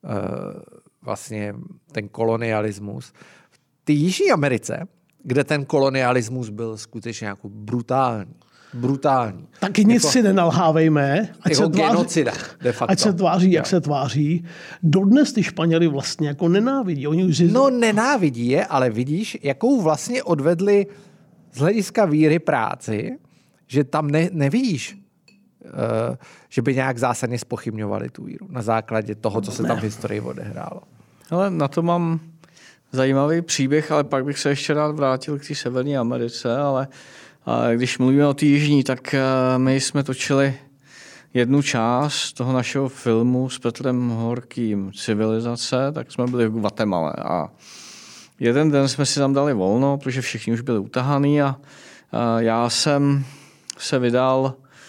vlastně ten kolonialismus. V té Jižní Americe, kde ten kolonialismus byl skutečně jako brutální, brutální. Taky nic jako, si nenalhávejme. Ať jako se tváří, genocida, de facto. Ať se tváří, jak se tváří. Dodnes ty Španěli vlastně jako nenávidí. Oni už no nenávidí je, ale vidíš, jakou vlastně odvedli z hlediska víry práci, že tam ne, nevidíš, uh, že by nějak zásadně zpochybňovali tu víru na základě toho, co se tam v historii odehrálo. Ale na to mám zajímavý příběh, ale pak bych se ještě rád vrátil k té Severní Americe, ale když mluvíme o té jižní, tak my jsme točili jednu část toho našeho filmu s Petrem Horkým Civilizace, tak jsme byli v Guatemala a jeden den jsme si tam dali volno, protože všichni už byli utahaný a já jsem se vydal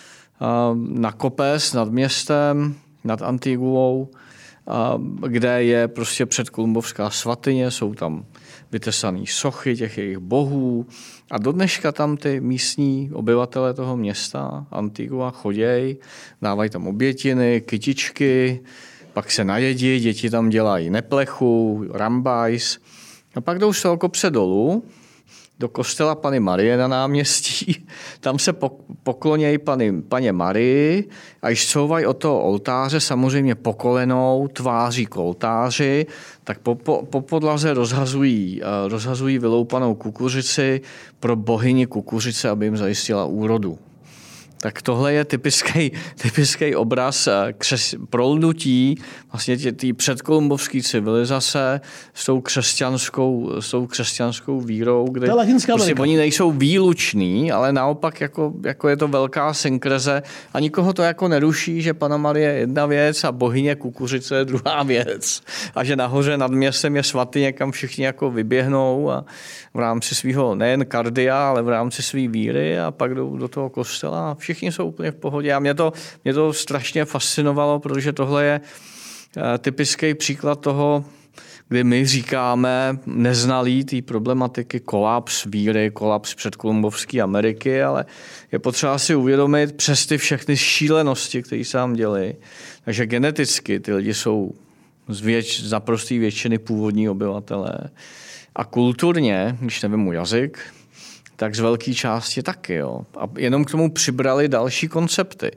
na kopec nad městem, nad Antiguou, kde je prostě předkolumbovská svatyně, jsou tam vytesané sochy těch jejich bohů a do dneška tam ty místní obyvatelé toho města Antigua chodějí, dávají tam obětiny, kytičky, pak se najedí, děti tam dělají neplechu, rambajs a pak jdou z toho kopce dolů do kostela Panny Marie na náměstí. Tam se poklonějí paní, paně Marii a když couvají od toho oltáře, samozřejmě pokolenou, tváří k oltáři, tak po, po, po podlaze rozhazují, rozhazují vyloupanou kukuřici pro bohyni kukuřice, aby jim zajistila úrodu. Tak tohle je typický, typický obraz křes, prolnutí vlastně té předkolumbovské civilizace s tou křesťanskou, s tou křesťanskou vírou, kde prostě oni nejsou výluční, ale naopak jako, jako je to velká synkreze a nikoho to jako neruší, že Panna Marie je jedna věc a bohyně kukuřice je druhá věc. A že nahoře nad městem je svatyně, kam všichni jako vyběhnou a v rámci svého nejen kardia, ale v rámci své víry a pak jdou do toho kostela a všichni jsou úplně v pohodě. A mě to, mě to strašně fascinovalo, protože tohle je typický příklad toho, kdy my říkáme neznalý té problematiky kolaps víry, kolaps předkolumbovské Ameriky, ale je potřeba si uvědomit přes ty všechny šílenosti, které se tam děly. Takže geneticky ty lidi jsou z, věč, z naprosté většiny původní obyvatelé. A kulturně, když nevím jazyk, tak z velké části taky. Jo. A jenom k tomu přibrali další koncepty.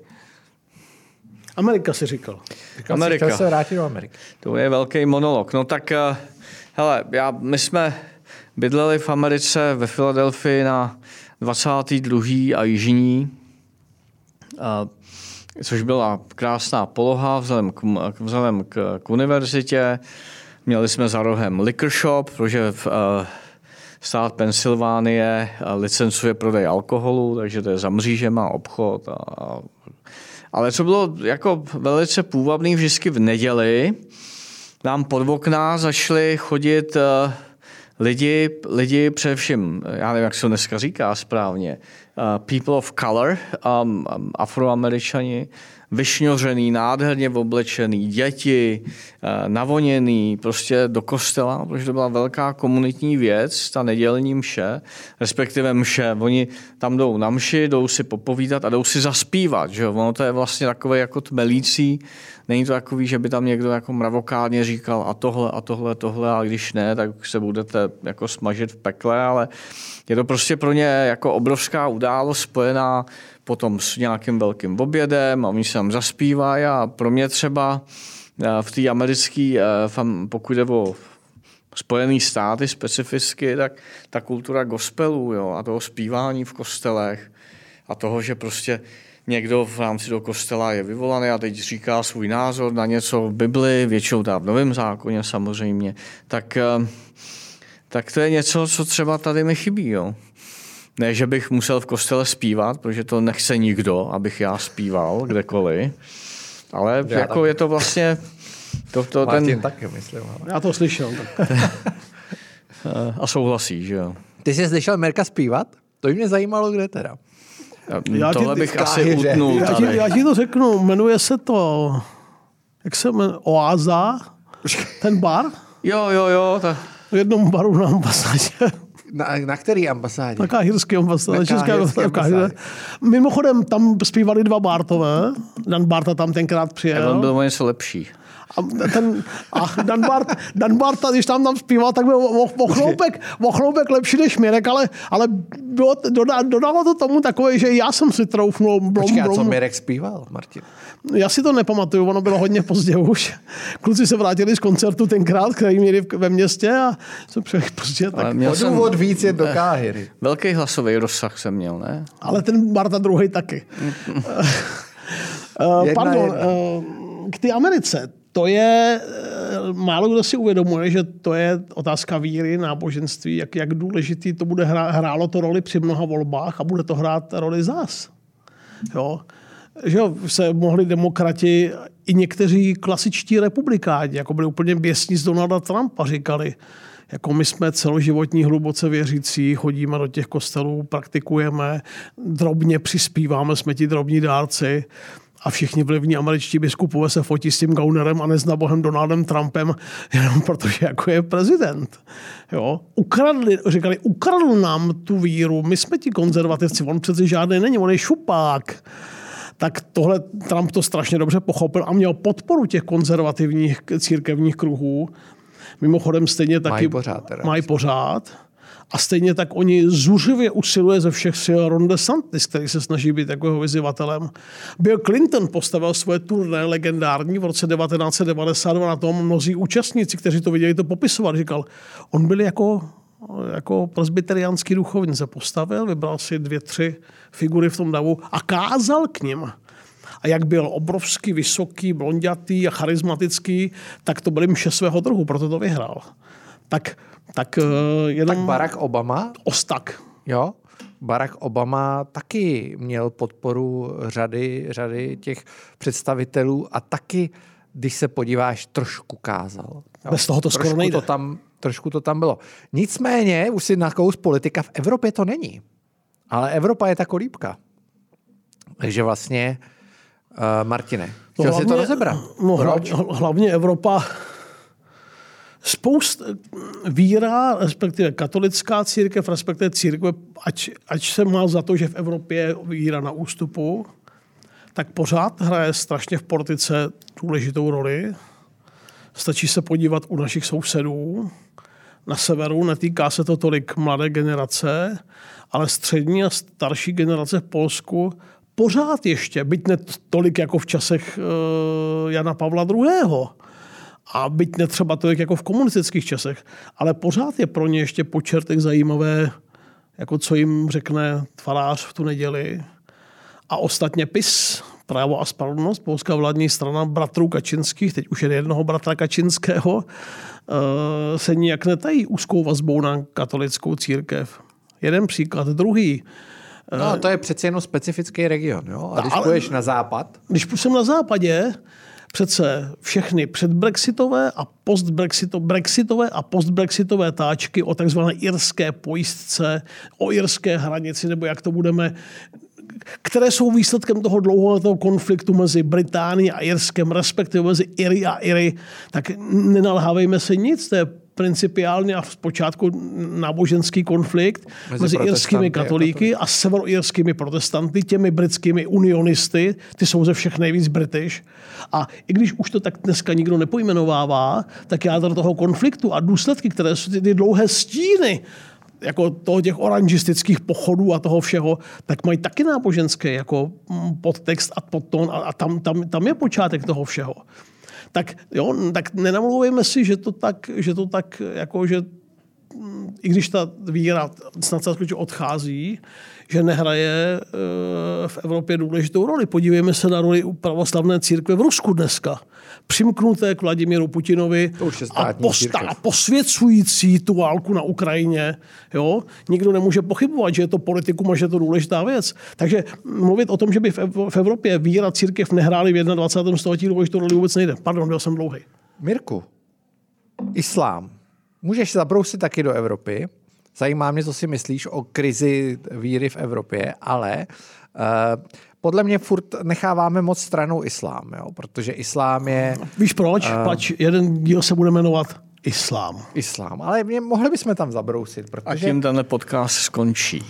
Amerika si říkal. Amerika. Chtěl se vrátit do Ameriky. To je velký monolog. No tak, hele, já, my jsme bydleli v Americe ve Filadelfii na dvacáté druhé a jižní, a, což byla krásná poloha vzhledem k, vzhledem k, k univerzitě. Měli jsme za rohem liquor shop, protože v, uh, stát Pensylvánie licencuje prodej alkoholu, takže to je za mřížema obchod. A, a, ale co bylo jako velice půvabný, vždycky v neděli nám pod okna začali chodit uh, lidi, lidi především, já nevím, jak se to dneska říká správně, uh, people of color, um, um, afroameričani, vyšňořený, nádherně oblečený, děti, navoněný prostě do kostela, protože to byla velká komunitní věc, ta nedělní mše, respektive mše. Oni tam jdou na mši, jdou si popovídat a jdou si zaspívat. Že? Ono to je vlastně takové jako tmelící, není to takový, že by tam někdo jako mravokárně říkal a tohle a tohle, tohle a když ne, tak se budete jako smažit v pekle, ale je to prostě pro ně jako obrovská událost spojená potom s nějakým velkým obědem a oni se tam zaspívají a pro mě třeba v té americké, pokud jde o Spojené státy specificky, tak ta kultura gospelu, jo, a toho zpívání v kostelech a toho, že prostě někdo v rámci do kostela je vyvolaný a teď říká svůj názor na něco v Bibli, většinou dá v Novém zákoně samozřejmě, tak, tak to je něco, co třeba tady mi chybí, jo. Ne, že bych musel v kostele zpívat, protože to nechce nikdo, abych já zpíval kdekoliv. Ale já jako tak. Je to vlastně... To, to, Martin ten... taky, myslím. Ale... Já to slyšel. Tak. A souhlasí, že jo. Ty jsi slyšel Mirka zpívat? To by mě zajímalo, kde teda. Já Tohle bych asi utnul. Já ti, já ti to řeknu, jmenuje se to... Jak se jmenuje? Oáza? Ten bar? Jo, jo, jo. Ta... V jednom baru na ambasádě. Na, na který ambasádě? Na káhirské ambasádě. Česká ambasádě. Mimochodem, tam zpívali dva Bartové. Dan Barta tam tenkrát přijel. A on byl o něco lepší. A, ten, a Dan, Bart, Dan Barta, když tam tam zpíval, tak byl o, o, chloupek, o chloupek lepší než Mirek, ale, ale bylo, doda, dodalo to tomu takové, že já jsem si troufnul. Blom, Počkej, blom. a co Mirek zpíval, Martin? Já si to nepamatuju, ono bylo hodně pozdě už. Kluci se vrátili z koncertu tenkrát, který měli ve městě a jsem přišel pozdě. Tak... Měl jsem důvod víc jet do Káhiry. Velký hlasový rozsah jsem měl, ne? Ale ten Barta druhý taky. uh, pardon, uh, k té Americe. To je, málo kdo si uvědomuje, že to je otázka víry, náboženství, jak, jak důležitý to bude hrát, hrálo to roli při mnoha volbách a bude to hrát roli zás. Jo? Že se mohli demokrati i někteří klasičtí republikáni, jako byli úplně běsní z Donalda Trumpa, říkali, jako my jsme celoživotní hluboce věřící, chodíme do těch kostelů, praktikujeme, drobně přispíváme, jsme ti drobní dárci. A všichni vlivní američtí biskupové se fotí s tím Gaunerem a neznabohem Donaldem Trumpem, jenom protože jako je prezident. Jo? Ukradli, říkali, ukradl nám tu víru, my jsme ti konzervativci, on přeci žádný není, on je šupák. Tak tohle Trump to strašně dobře pochopil a měl podporu těch konzervativních církevních kruhů. Mimochodem stejně taky... Mají pořád. Teda. Mají pořád. A stejně tak oni zuřivě usiluje ze všech sil Ron DeSantis, který se snaží být takového vyzývatelem. Bill Clinton postavil svoje turné legendární v roce devatenáct set devadesát dva, na tom mnozí účastníci, kteří to viděli, to popisovat. Říkal, on byl jako, jako presbyteriánský duchovní, se postavil, vybral si dvě, tři figury v tom davu a kázal k nim. A jak byl obrovský, vysoký, blondětý a charismatický, tak to byly mše svého druhu, proto to vyhrál. Tak Tak, jenom... tak Barack Obama? Ostak. Jo, Barack Obama taky měl podporu řady, řady těch představitelů a taky, když se podíváš, trošku kázal. Jo? Bez toho to skoro nejde. To tam, trošku to tam bylo. Nicméně, už si nakous politika, v Evropě to není. Ale Evropa je ta kolíbka. Takže vlastně, uh, Martine, chtěl no hlavně, si to rozebrat. No, Proč? Hlavně Evropa... Spoust víra, respektive katolická církev, respektive církve, ať, ať se má za to, že v Evropě je víra na ústupu, tak pořád hraje strašně v politice důležitou roli. Stačí se podívat u našich sousedů na severu, netýká se to tolik mladé generace, ale střední a starší generace v Polsku pořád ještě, byť ne tolik jako v časech uh, Jana Pavla druhého. A byť netřeba to jako v komunistických časech, ale pořád je pro ně ještě po čertech zajímavé, jako co jim řekne farář v tu neděli. A ostatně P I S, Právo a spravedlnost, polská vládní strana bratrů Kačinských, teď už je jednoho bratra Kačinského, se nijak netají úzkou vazbou na katolickou církev. Jeden příklad, druhý. No, to je přece jenom specifický region, jo? A když půjdeš na západ? Když půjdeš na západě, přece všechny předbrexitové a postbrexitové, brexitové a postbrexitové táčky o takzvané irské pojistce, o irské hranici, nebo jak to budeme, které jsou výsledkem toho dlouholetého konfliktu mezi Británií a Irskem, respektive mezi Iry a Iry, tak nenalhávejme se nic, to je principiálně a zpočátku náboženský konflikt mezi, mezi irskými katolíky a, a severoirskými protestanty, těmi britskými unionisty, ty jsou ze všech nejvíc British. A i když už to tak dneska nikdo nepojmenovává, tak jádro toho konfliktu a důsledky, které jsou ty, ty dlouhé stíny, jako toho těch oranžistických pochodů a toho všeho, tak mají taky náboženské jako podtext a podtón a, a tam, tam, tam je počátek toho všeho. Tak jo, tak nenamlouvejme si, že to tak, že to tak jako, že i když ta víra snad se odchází, že nehraje v Evropě důležitou roli. Podívejme se na roli pravoslavné církve v Rusku dneska. Přimknuté k Vladimíru Putinovi a, posta- a posvěcující tu válku na Ukrajině. Jo? Nikdo nemůže pochybovat, že je to politikum a že je to důležitá věc. Takže mluvit o tom, že by v Evropě víra církev nehrály v dvacátém prvním století důležitou roli, vůbec nejde. Pardon, byl jsem dlouhý. Mirku, islám. Můžeš zabrousit taky do Evropy. Zajímá mě, co si myslíš o krizi víry v Evropě, ale uh, podle mě furt necháváme moc stranou islám, jo? Protože islám je... Víš proč? Uh, Pač jeden díl se bude jmenovat Islám. Islám, ale mě, mohli bychom tam zabrousit, protože... A tím tenhle podcast skončí.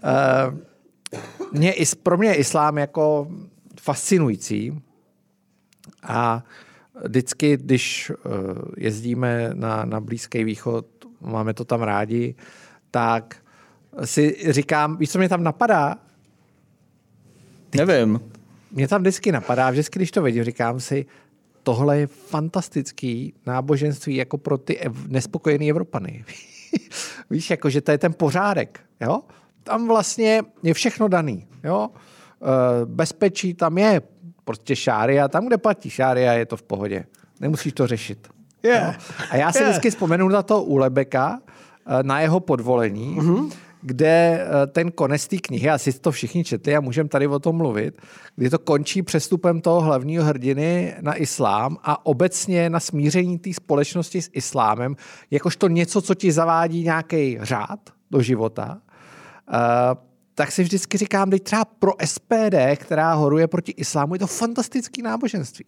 uh, mě, pro mě je islám jako fascinující A vždycky, když jezdíme na, na Blízký východ, máme to tam rádi, tak si říkám, víš, co mě tam napadá? Ty, Nevím. Mě tam vždycky napadá, vždycky, když to vidím, říkám si, tohle je fantastický náboženství jako pro ty ev- nespokojený Evropany. Víš, jako, že to je ten pořádek. Jo? Tam vlastně je všechno daný. Jo? Bezpečí tam je prostě šária. Tam, kde platí šária, je to v pohodě. Nemusíš to řešit. Yeah. A já si yeah. vždycky vzpomenu na to Ulebeka, na jeho podvolení, mm-hmm. kde ten konec té knihy, asi to všichni četli a můžeme tady o tom mluvit, kdy to končí přestupem toho hlavního hrdiny na islám a obecně na smíření té společnosti s islámem, jakožto něco, co ti zavádí nějaký řád do života, uh, tak si vždycky říkám, teď třeba pro S P D, která horuje proti islámu, je to fantastický náboženství.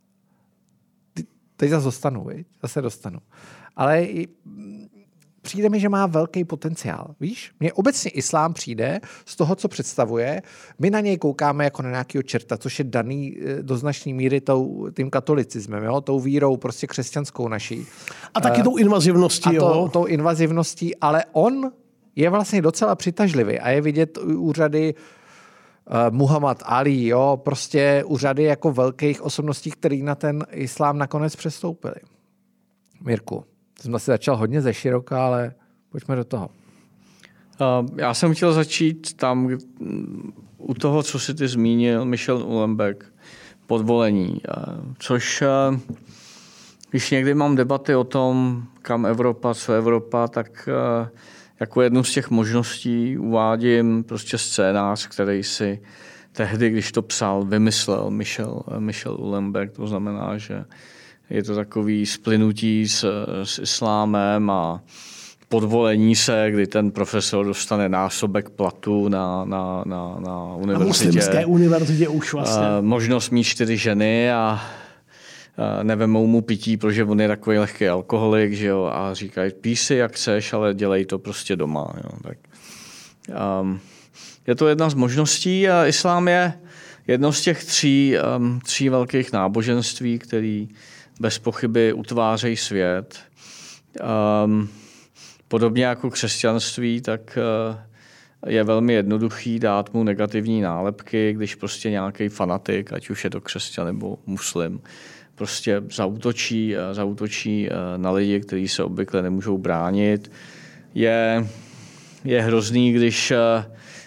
Teď zase dostanu, viď? zase dostanu. Ale přijde mi, že má velký potenciál. Víš? Mně obecně islám přijde z toho, co představuje. My na něj koukáme jako na nějakého čerta, což je daný do značné míry tou, tím katolicismem, jo? Tou vírou prostě křesťanskou naší. A taky uh, tou invazivností. A to, jo? tou invazivností, ale on je vlastně docela přitažlivý a je vidět u řady uh, Muhammad Ali, jo? Prostě u řady jako velkých osobností, který na ten islám nakonec přestoupili. Mirku. Jsem asi začal hodně ze široka, ale pojďme do toho. Já jsem chtěl začít tam u toho, co jsi ty zmínil, Michel Houellebecq, podvolení. Což, když někdy mám debaty o tom, kam Evropa, co Evropa, tak jako jednu z těch možností uvádím prostě scénář, který si tehdy, když to psal, vymyslel Michel, Michel Houellebecq. To znamená, že je to takový splynutí s, s islámem a podvolení se, kdy ten profesor dostane násobek platu na, na, na, na univerzitě. Na muslimské univerzitě už vlastně. Uh, možnost mít čtyři ženy a uh, nevemou mu pití, protože on je takový lehký alkoholik, že jo, a říkají, pij si jak chceš, ale dělej to prostě doma. Jo. Tak, um, je to jedna z možností a islám je jedno z těch tří, um, tří velkých náboženství, který bez pochyby utvářejí svět. Um, podobně jako křesťanství, tak uh, je velmi jednoduchý dát mu negativní nálepky, když prostě nějaký fanatik, ať už je to křesťan nebo muslim, prostě zaútočí, uh, zaútočí uh, na lidi, kteří se obvykle nemůžou bránit. Je, je hrozný, když uh,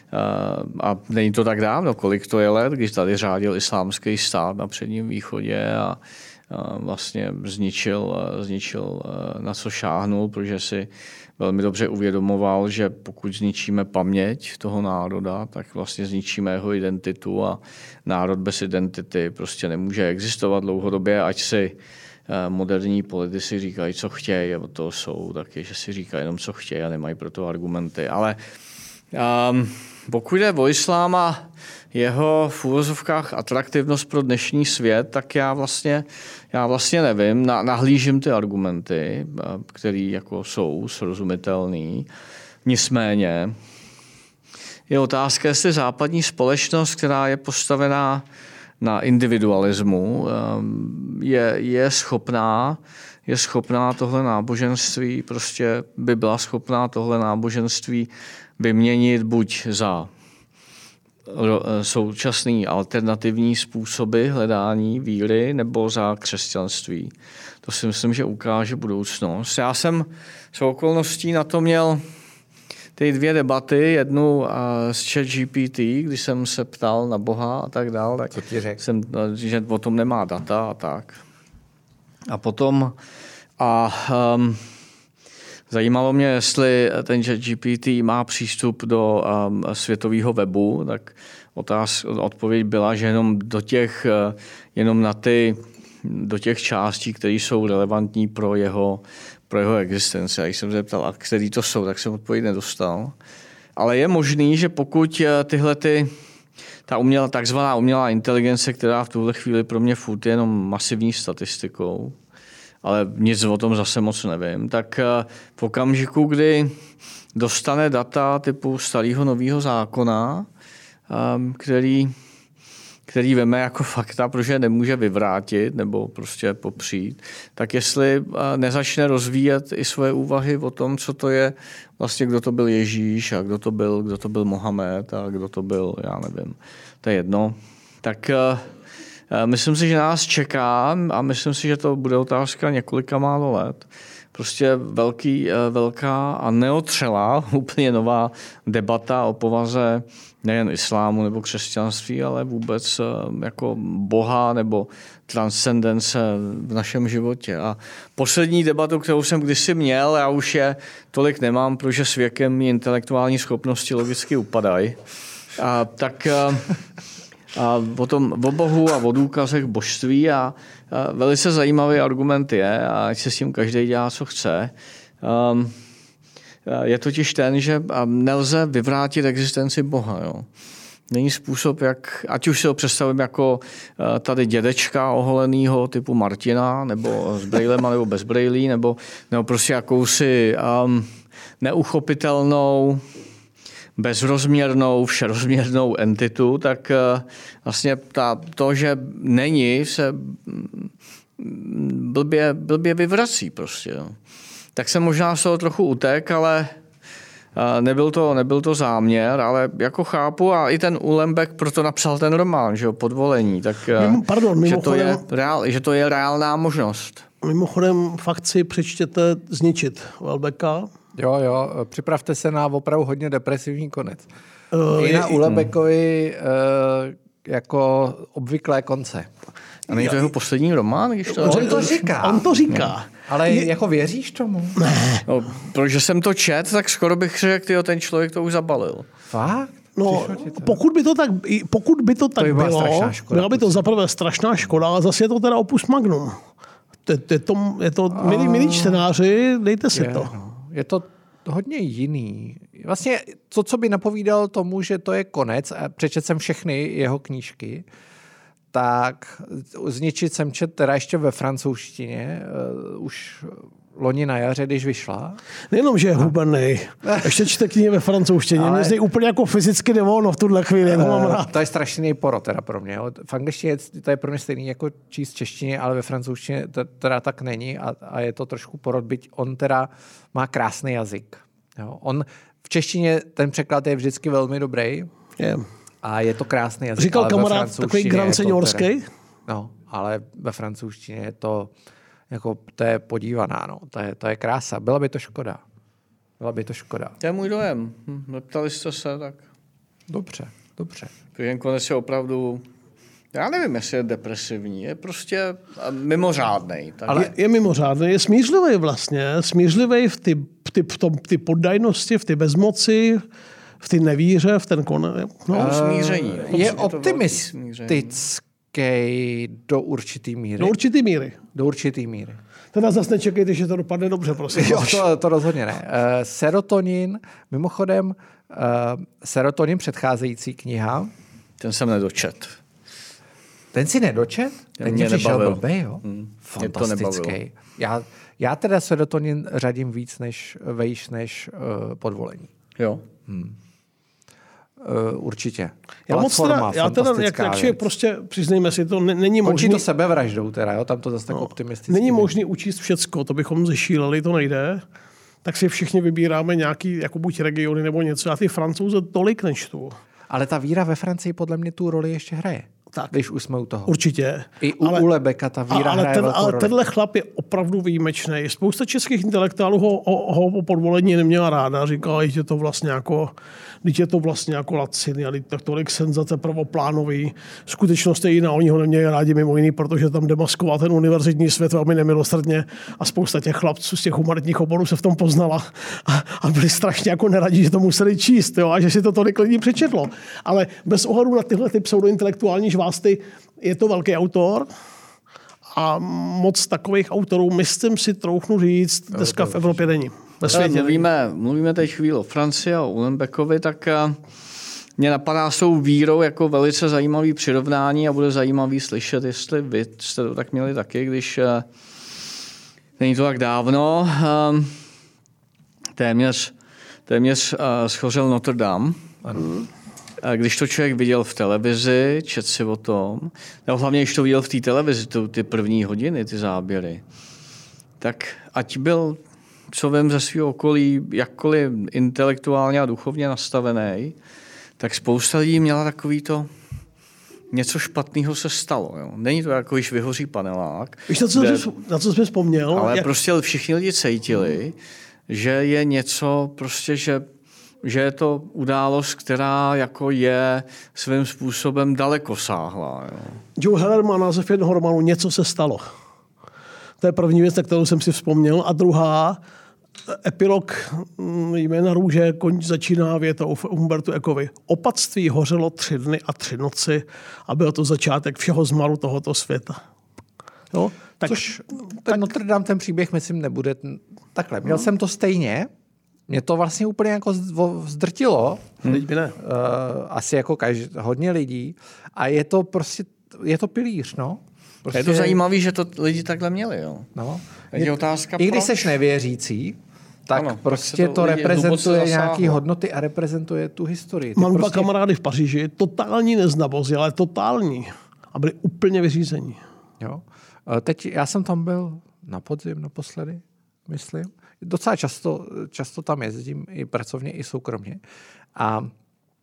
uh, a není to tak dávno, kolik to je let, když tady řádil islámský stát na Předním východě a vlastně zničil, zničil, na co šáhnul, protože si velmi dobře uvědomoval, že pokud zničíme paměť toho národa, tak vlastně zničíme jeho identitu a národ bez identity prostě nemůže existovat dlouhodobě, ať si moderní politici říkají, co chtějí, a od toho jsou taky, že si říkají jenom, co chtějí a nemají pro to argumenty. Ale um, pokud jde o islám a jeho v úvozovkách atraktivnost pro dnešní svět, tak já vlastně, já vlastně nevím, na, nahlížím ty argumenty, které jako jsou srozumitelné. Nicméně je otázka, jestli západní společnost, která je postavená na individualismu, je, je schopná je schopná tohle náboženství, prostě by byla schopná tohle náboženství vyměnit buď za současný alternativní způsoby hledání víry nebo za křesťanství. To si myslím, že ukáže budoucnost. Já jsem s okolností na to měl ty dvě debaty, jednu s ChatGPT, když jsem se ptal na Boha a tak dál, tak co ti řekl? Jsem, že o tom nemá data a tak. A potom a um, zajímalo mě, jestli ten ChatGPT má přístup do um, světového webu, tak otáz, odpověď byla, že jenom do těch, jenom na ty, do těch částí, které jsou relevantní pro jeho, pro jeho existenci. A když jsem se ptal, a který to jsou, tak jsem odpověď nedostal. Ale je možný, že pokud tyhle ty, ta umělá, takzvaná umělá inteligence, která v tuhle chvíli pro mě furt je jenom masivní statistikou, ale nic o tom zase moc nevím, tak v okamžiku, kdy dostane data typu starého nového zákona, který, který veme jako fakta, protože nemůže vyvrátit nebo prostě popřít, tak jestli nezačne rozvíjet i svoje úvahy o tom, co to je, vlastně kdo to byl Ježíš a kdo to byl, kdo to byl Mohamed a kdo to byl, já nevím, to je jedno, tak myslím si, že nás čeká a myslím si, že to bude otázka několika málo let. Prostě velký, velká a neotřelá, úplně nová debata o povaze nejen islámu nebo křesťanství, ale vůbec jako Boha nebo transcendence v našem životě. A poslední debatu, kterou jsem kdysi měl, já už je tolik nemám, protože s věkem mi intelektuální schopnosti logicky upadají. A tak a o tom, o Bohu a o důkazech božství a, a velice zajímavý argument je, a ať se s tím každý dělá, co chce, um, je totiž ten, že nelze vyvrátit existenci Boha. Jo. Není způsob, jak, ať už si ho představím jako tady dědečka oholenýho typu Martina, nebo s brejlema, nebo bez brejlí, nebo, nebo prostě jakousi um, neuchopitelnou, bezrozměrnou, všerozměrnou entitu, tak vlastně ta, to, že není, se blbě, blbě vyvrací prostě. No. Tak jsem možná z toho trochu utek, ale nebyl to, nebyl to záměr, ale jako chápu a i ten Uhlembek proto napsal ten román, že jo, Podvolení, tak Mimo, pardon, že, to je reál, že to je reálná možnost. Mimochodem fakt si přečtěte Zničit Uhlembeka. Jo, jo, připravte se na opravdu hodně depresivní konec. Uh, I na Uhlenbeckovi uh, jako obvyklé konce. A není to jeho poslední román? Když to... On to říká. On to říká. No. Ale je... jako věříš tomu? Ne. No, protože jsem to čet, tak skoro bych řekl, tyjo, ten člověk to už zabalil. Fakt? No, pokud by to tak, pokud by to tak to by bylo, byla by to zaprvé strašná škoda, ale zase je to teda opus magnum. Je, je to, je to A... milí, milí čtenáři, dejte si je, to. No. Je to hodně jiný. Vlastně to, co by napovídal tomu, že to je konec, a přečet jsem všechny jeho knížky, tak Zničit jsem čet teda ještě ve francouzštině, uh, už loni na jaře, když vyšla. Nejenom, že je hubenej. Ještě čte knihy ve francouzštině. Ale... Mě zde úplně jako fyzicky nevolno v tuhle chvíli. Uh, mám rád. To je strašný porod teda pro mě. V angličtině to je pro mě stejný jako číst v češtině, ale ve francouzštině to teda tak není a, a je to trošku porod, byť on teda má krásný jazyk. Jo. On v češtině ten překlad je vždycky velmi dobrý. Yeah. A je to krásný jazyk. Říkal kamarád takový grand seniorský? No, ale ve francouzštině je to jako, to je podívaná, no. To je, to je krása. Byla by to škoda. Byla by to škoda. To je můj dojem. Hm, neptali jste se, tak... Dobře, dobře. Ten konec je opravdu... Já nevím, jestli je depresivní. Je prostě mimořádnej. Tak... Ale je, je mimořádný. Je smířlivý vlastně. Smířlivý v ty, v ty, v tom, v ty poddajnosti, v ty bezmoci, v ty nevíře, v ten konec. No. Uh, smíření. Je, je optimistický do určitý míry. Do určitý míry. Do určitý míry. Teda zase nečekejte, že to dopadne dobře, prosím. Jo, to, to rozhodně ne. Uh, serotonin, mimochodem, uh, Serotonin, předcházející kniha. Ten jsem nedočet. Ten si nedočet? Ten, ten mě nebavil. Blbý, jo? Hmm. Fantastický. Já, já teda Serotonin řadím víc než, vejš než uh, Podvolení. Jo. Hmm. Uh, určitě. Já moc teda, já teda jak, jak člověk prostě, přiznejme si, to není možný... Končí to sebevraždou teda, jo? Tam to zase tak no, optimisticky. Není možný učíst všecko, to bychom zešíleli, to nejde. Tak si všichni vybíráme nějaký, jako buď regiony nebo něco. Já ty Francouze tolik nečtu. Ale ta víra ve Francii podle mě tu roli ještě hraje. Tak. Když už jsme u toho. Určitě. I u ale, Uhlebeka ta víra ale hraje ten, Ale roli. tenhle chlap je opravdu výjimečný. Spousta českých intelektuálů ho, ho, ho po Podvolení neměla ráda. Říkala, že je to vlastně jako, když je to vlastně jako laciny, ale tak tolik senzace prvoplánový. Skutečnost je jiná, oni ho neměli rádi mimo jiný, protože tam demaskoval ten univerzitní svět velmi nemilosrdně a spousta těch chlapců z těch humanitních oborů se v tom poznala a, a byli strašně jako neradí, že to museli číst, jo, a že si to tolik lidí přečetlo. Ale bez ohledu na tyhle ty pseudointelektuální žvásty je to velký autor a moc takových autorů, myslím si, troufnu říct, dneska v Evropě není. Ve světě. Mluvíme, mluvíme teď chvíli o Francii a o Uhlembeckovi, tak mě napadá s tou vírou jako velice zajímavý přirovnání a bude zajímavý slyšet, jestli vy jste to tak měli taky, když není to tak dávno, téměř, téměř schořel Notre Dame. Ano. když to člověk viděl v televizi, čet si o tom, nebo hlavně, když to viděl v té televizi, to, ty první hodiny, ty záběry, tak ať byl člověk ze svého okolí jakkoliv intelektuálně a duchovně nastavený, tak spousta lidí měla takový to, něco špatného se stalo. Jo. Není to jako, když vyhoří panelák. Víš, na co, kde, jsi, na co jsi vzpomněl? Ale jak... prostě všichni lidi cítili, že je něco, prostě, že, že je to událost, která jako je svým způsobem dalekosáhlá. Jo. Joe Heller má název jednoho románu Něco se stalo. To je první věc, na kterou jsem si vzpomněl. A druhá, epilog Jména růže konč začíná větou v Umbertu Ecovi. Opatství hořelo tři dny a tři noci a byl to začátek všeho zmaru tohoto světa. Jo? Tak, Což ten tak... Notre Dame, ten příběh, myslím, nebude takhle. Měl no. jsem to stejně. Mě to vlastně úplně jako zdrtilo. Hmm. Ne. Uh, asi jako každý, hodně lidí. A je to prostě, je to pilíř, no. Prostě... Je to zajímavé, že to lidi takhle měli, jo. No. Je otázka, I když proč? seš nevěřící, tak ano, prostě to, to reprezentuje nějaké hodnoty a reprezentuje tu historii. Mám prostě... dva kamarády v Paříži, totální neznabozi, ale totální. A byli úplně vyřízení. Jo. Teď já jsem tam byl na podzim naposledy, myslím. Docela často, často tam jezdím i pracovně, i soukromně. A uh,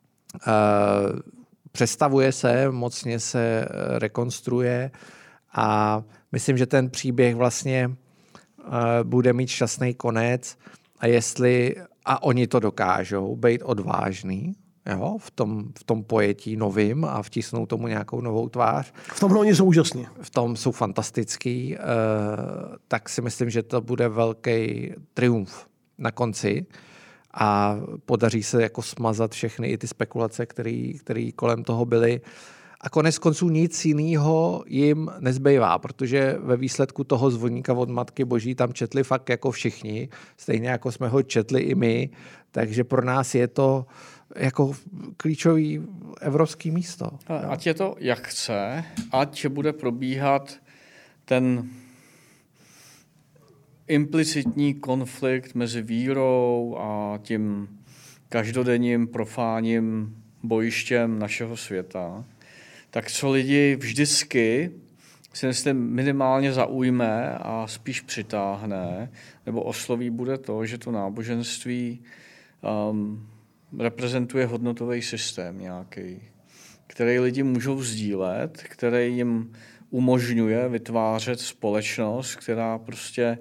přestavuje se, mocně se rekonstruuje a myslím, že ten příběh vlastně uh, bude mít šťastný konec a jestli, a oni to dokážou, být odvážný, jo, v tom, v tom pojetí novým a vtisnou tomu nějakou novou tvář. V tom oni jsou úžasní. V tom jsou fantastický, uh, tak si myslím, že to bude velký triumf na konci a podaří se jako smazat všechny i ty spekulace, které kolem toho byly. A konec konců nic jiného jim nezbývá, protože ve výsledku toho Zvoníka od Matky Boží tam četli fakt jako všichni, stejně jako jsme ho četli i my, takže pro nás je to jako klíčový evropský místo. Ať je to jak chce, ať bude probíhat ten implicitní konflikt mezi vírou a tím každodenním profáním bojištěm našeho světa, tak co lidi vždycky si myslím minimálně zaujme a spíš přitáhne, nebo osloví, bude to, že to náboženství um, reprezentuje hodnotový systém nějaký, který lidi můžou sdílet, který jim umožňuje vytvářet společnost, která prostě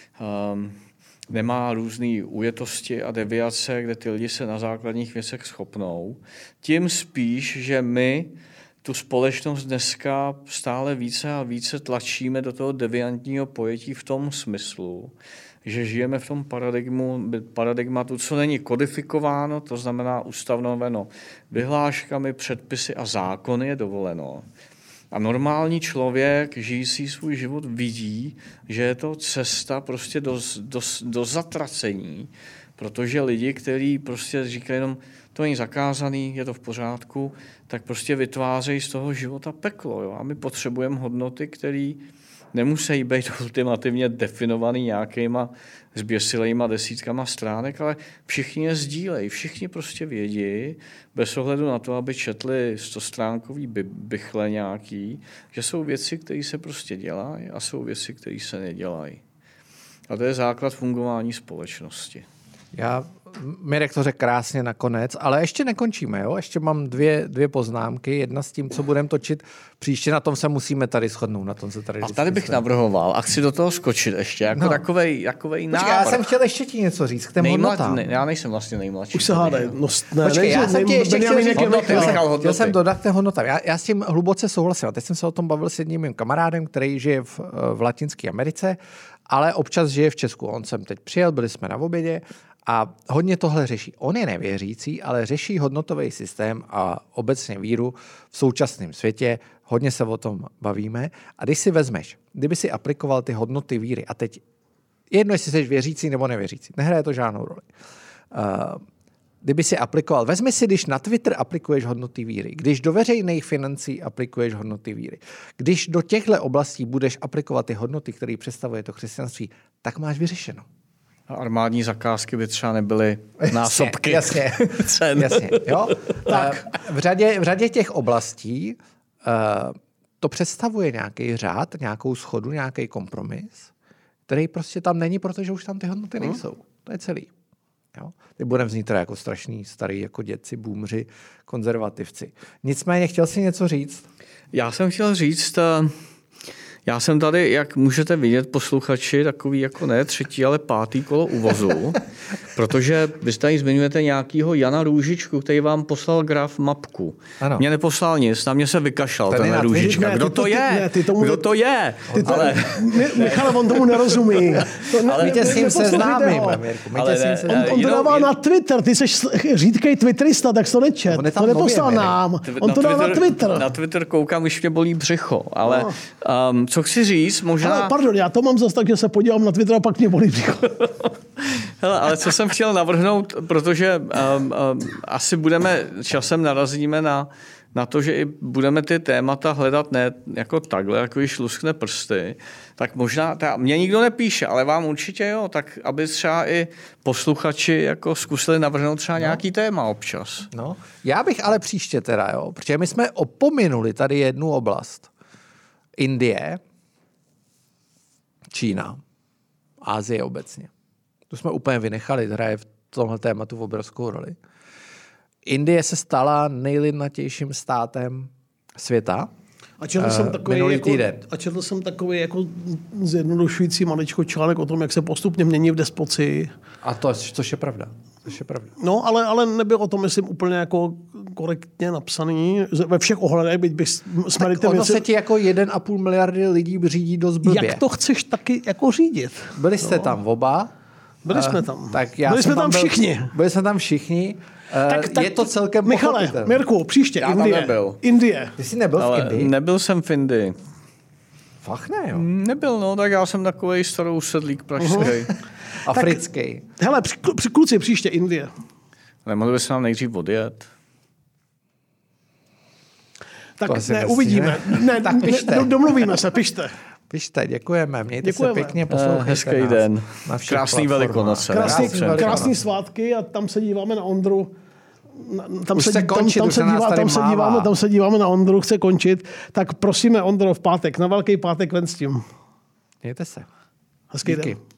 um, nemá různé ujetosti a deviace, kde ty lidi se na základních věcech schopnou. Tím spíš, že my tu společnost dneska stále více a více tlačíme do toho deviantního pojetí v tom smyslu, že žijeme v tom paradigmu, paradigmatu, co není kodifikováno, to znamená ustanoveno vyhláškami, předpisy a zákony je dovoleno. A normální člověk, žijící svůj život, vidí, že je to cesta prostě do, do, do zatracení, protože lidi, kteří prostě říkají jenom, to není zakázaný, je to v pořádku, tak prostě vytvářejí z toho života peklo. Jo? A my potřebujeme hodnoty, které nemusí být ultimativně definovaný nějakýma zběsilejma desítkama stránek, ale všichni je sdílejí, všichni prostě vědí, bez ohledu na to, aby četli stostránkový bychle nějaký, že jsou věci, které se prostě dělají a jsou věci, které se nedělají. A to je základ fungování společnosti. Já, Mirek to řekl krásně nakonec, ale ještě nekončíme, jo? Ještě mám dvě, dvě poznámky. Jedna s tím, co budeme točit příště, na tom se musíme tady shodnout. Na tom se tady a tady bych stane. navrhoval a chci do toho skočit ještě, jako no. takovej, takovej návrh. Já jsem chtěl ještě ti něco říct k těm Nejmla... hodnotám. Ne, já nejsem vlastně nejmladší. Už se hádej. No, ne, Počkej, já jsem ti ještě chtěl říct hodnoty. Chtěl jsem dodat k hodnotám. Já, já s tím hluboce souhlasil. Teď jsem se o tom bavil s jedním mým kamarádem, který žije v, v Latinské Americe, ale občas žije v Česku. On sem teď přijel, byli jsme na obědě. A hodně tohle řeší. On je nevěřící, ale řeší hodnotový systém a obecně víru v současném světě. Hodně se o tom bavíme. A když si vezmeš, kdyby si aplikoval ty hodnoty víry, a teď jedno, jestli jsi věřící nebo nevěřící, nehraje to žádnou roli. Uh, kdyby si aplikoval, vezmi si, když na Twitter aplikuješ hodnoty víry, když do veřejných financí aplikuješ hodnoty víry, když do těchto oblastí budeš aplikovat ty hodnoty, které představuje to křesťanství, tak máš vyřešeno. armádní zakázky by třeba nebyly násobky jasně, cen. Jasně, jo? Tak. V, řadě, v řadě těch oblastí uh, to představuje nějaký řád, nějakou schodu, nějaký kompromis, který prostě tam není, protože už tam ty hodnoty hmm. nejsou. To je celý. Jo? Ty budeme vznít jako strašný starý jako dědci, boomři, konzervativci. Nicméně chtěl jsi něco říct? Já jsem chtěl říct, já jsem tady, jak můžete vidět, posluchači, takový jako ne třetí, ale pátý kolo uvozu, protože vy tady zmiňujete nějakýho Jana Růžičku, který vám poslal graf mapku. Ano. Mě neposlal nic, na mě se vykašlal ten Růžička. Kdo to je? Kdo to je? Ale... Michal, on tomu nerozumí. My tě s ním seznámíme. On to dává na Twitter, ty seš řídkej twitterista, tak to nečet. To neposlal nám. On to dá na Twitter. Na Twitter koukám, už mě bolí břicho, ale um, co chci říct, možná... Ale pardon, já to mám zase tak, že se podívám na Twitter a pak mě bolí břicho. Hele, ale co jsem chtěl navrhnout, protože um, um, asi budeme, časem narazíme na, na to, že i budeme ty témata hledat ne jako takhle, jako když luskne prsty, tak možná, teda, mě nikdo nepíše, ale vám určitě jo, tak aby třeba i posluchači jako zkusili navrhnout třeba no. nějaký téma občas. No, já bych ale příště teda, jo, protože my jsme opominuli tady jednu oblast. Indie, Čína, Asie obecně. To jsme úplně vynechali, hraje v tomhle tématu v obrovskou roli. Indie se stala nejlidnatějším státem světa. A četl jsem takový, jako, a četl jsem takový jako zjednodušující maličko článek o tom, jak se postupně mění v despocii. A to, což je pravda. Což je pravda. No, ale, ale nebylo to, myslím, úplně jako korektně napsaný. Ve všech ohledech, byť bych tak ono věci... se ti jako jeden a půl miliardy lidí řídí dost blbě. Jak to chceš taky jako řídit? Byli jste no. tam oba. Byli jsme tam. Tak já byli jsme tam, tam byl, všichni. Byli jsme tam všichni. Tak, tak, je to celkem Michale, Mirku, příště já Indie. Nebyl. Indie. Ty jsi nebyl ale v Indii? Nebyl jsem v Indii. Fakt ne, jo? Nebyl, no, tak já jsem takovej starou sedlík pražský. Uh-huh. Africký. Hele, při, při, kluci, příště Indie. Nemohli by se nám nejdřív odjet? Tak ne, uvidíme. Ne, tak pište. Domluvíme se, pište. Pište, děkujeme. Mějte děkujeme. se pěkně, poslouchejte uh, hezký nás. Den. Krásný Velikonoce. Krásný, krásný svátky a tam se díváme na Ondru. Tam se, se končit, tam, tam, se dívá, tam, se díváme, tam se díváme na Ondru, chce končit. Tak prosíme Ondro v pátek, na Velký pátek ven s tím. Mějte se. Hezký Díky. den.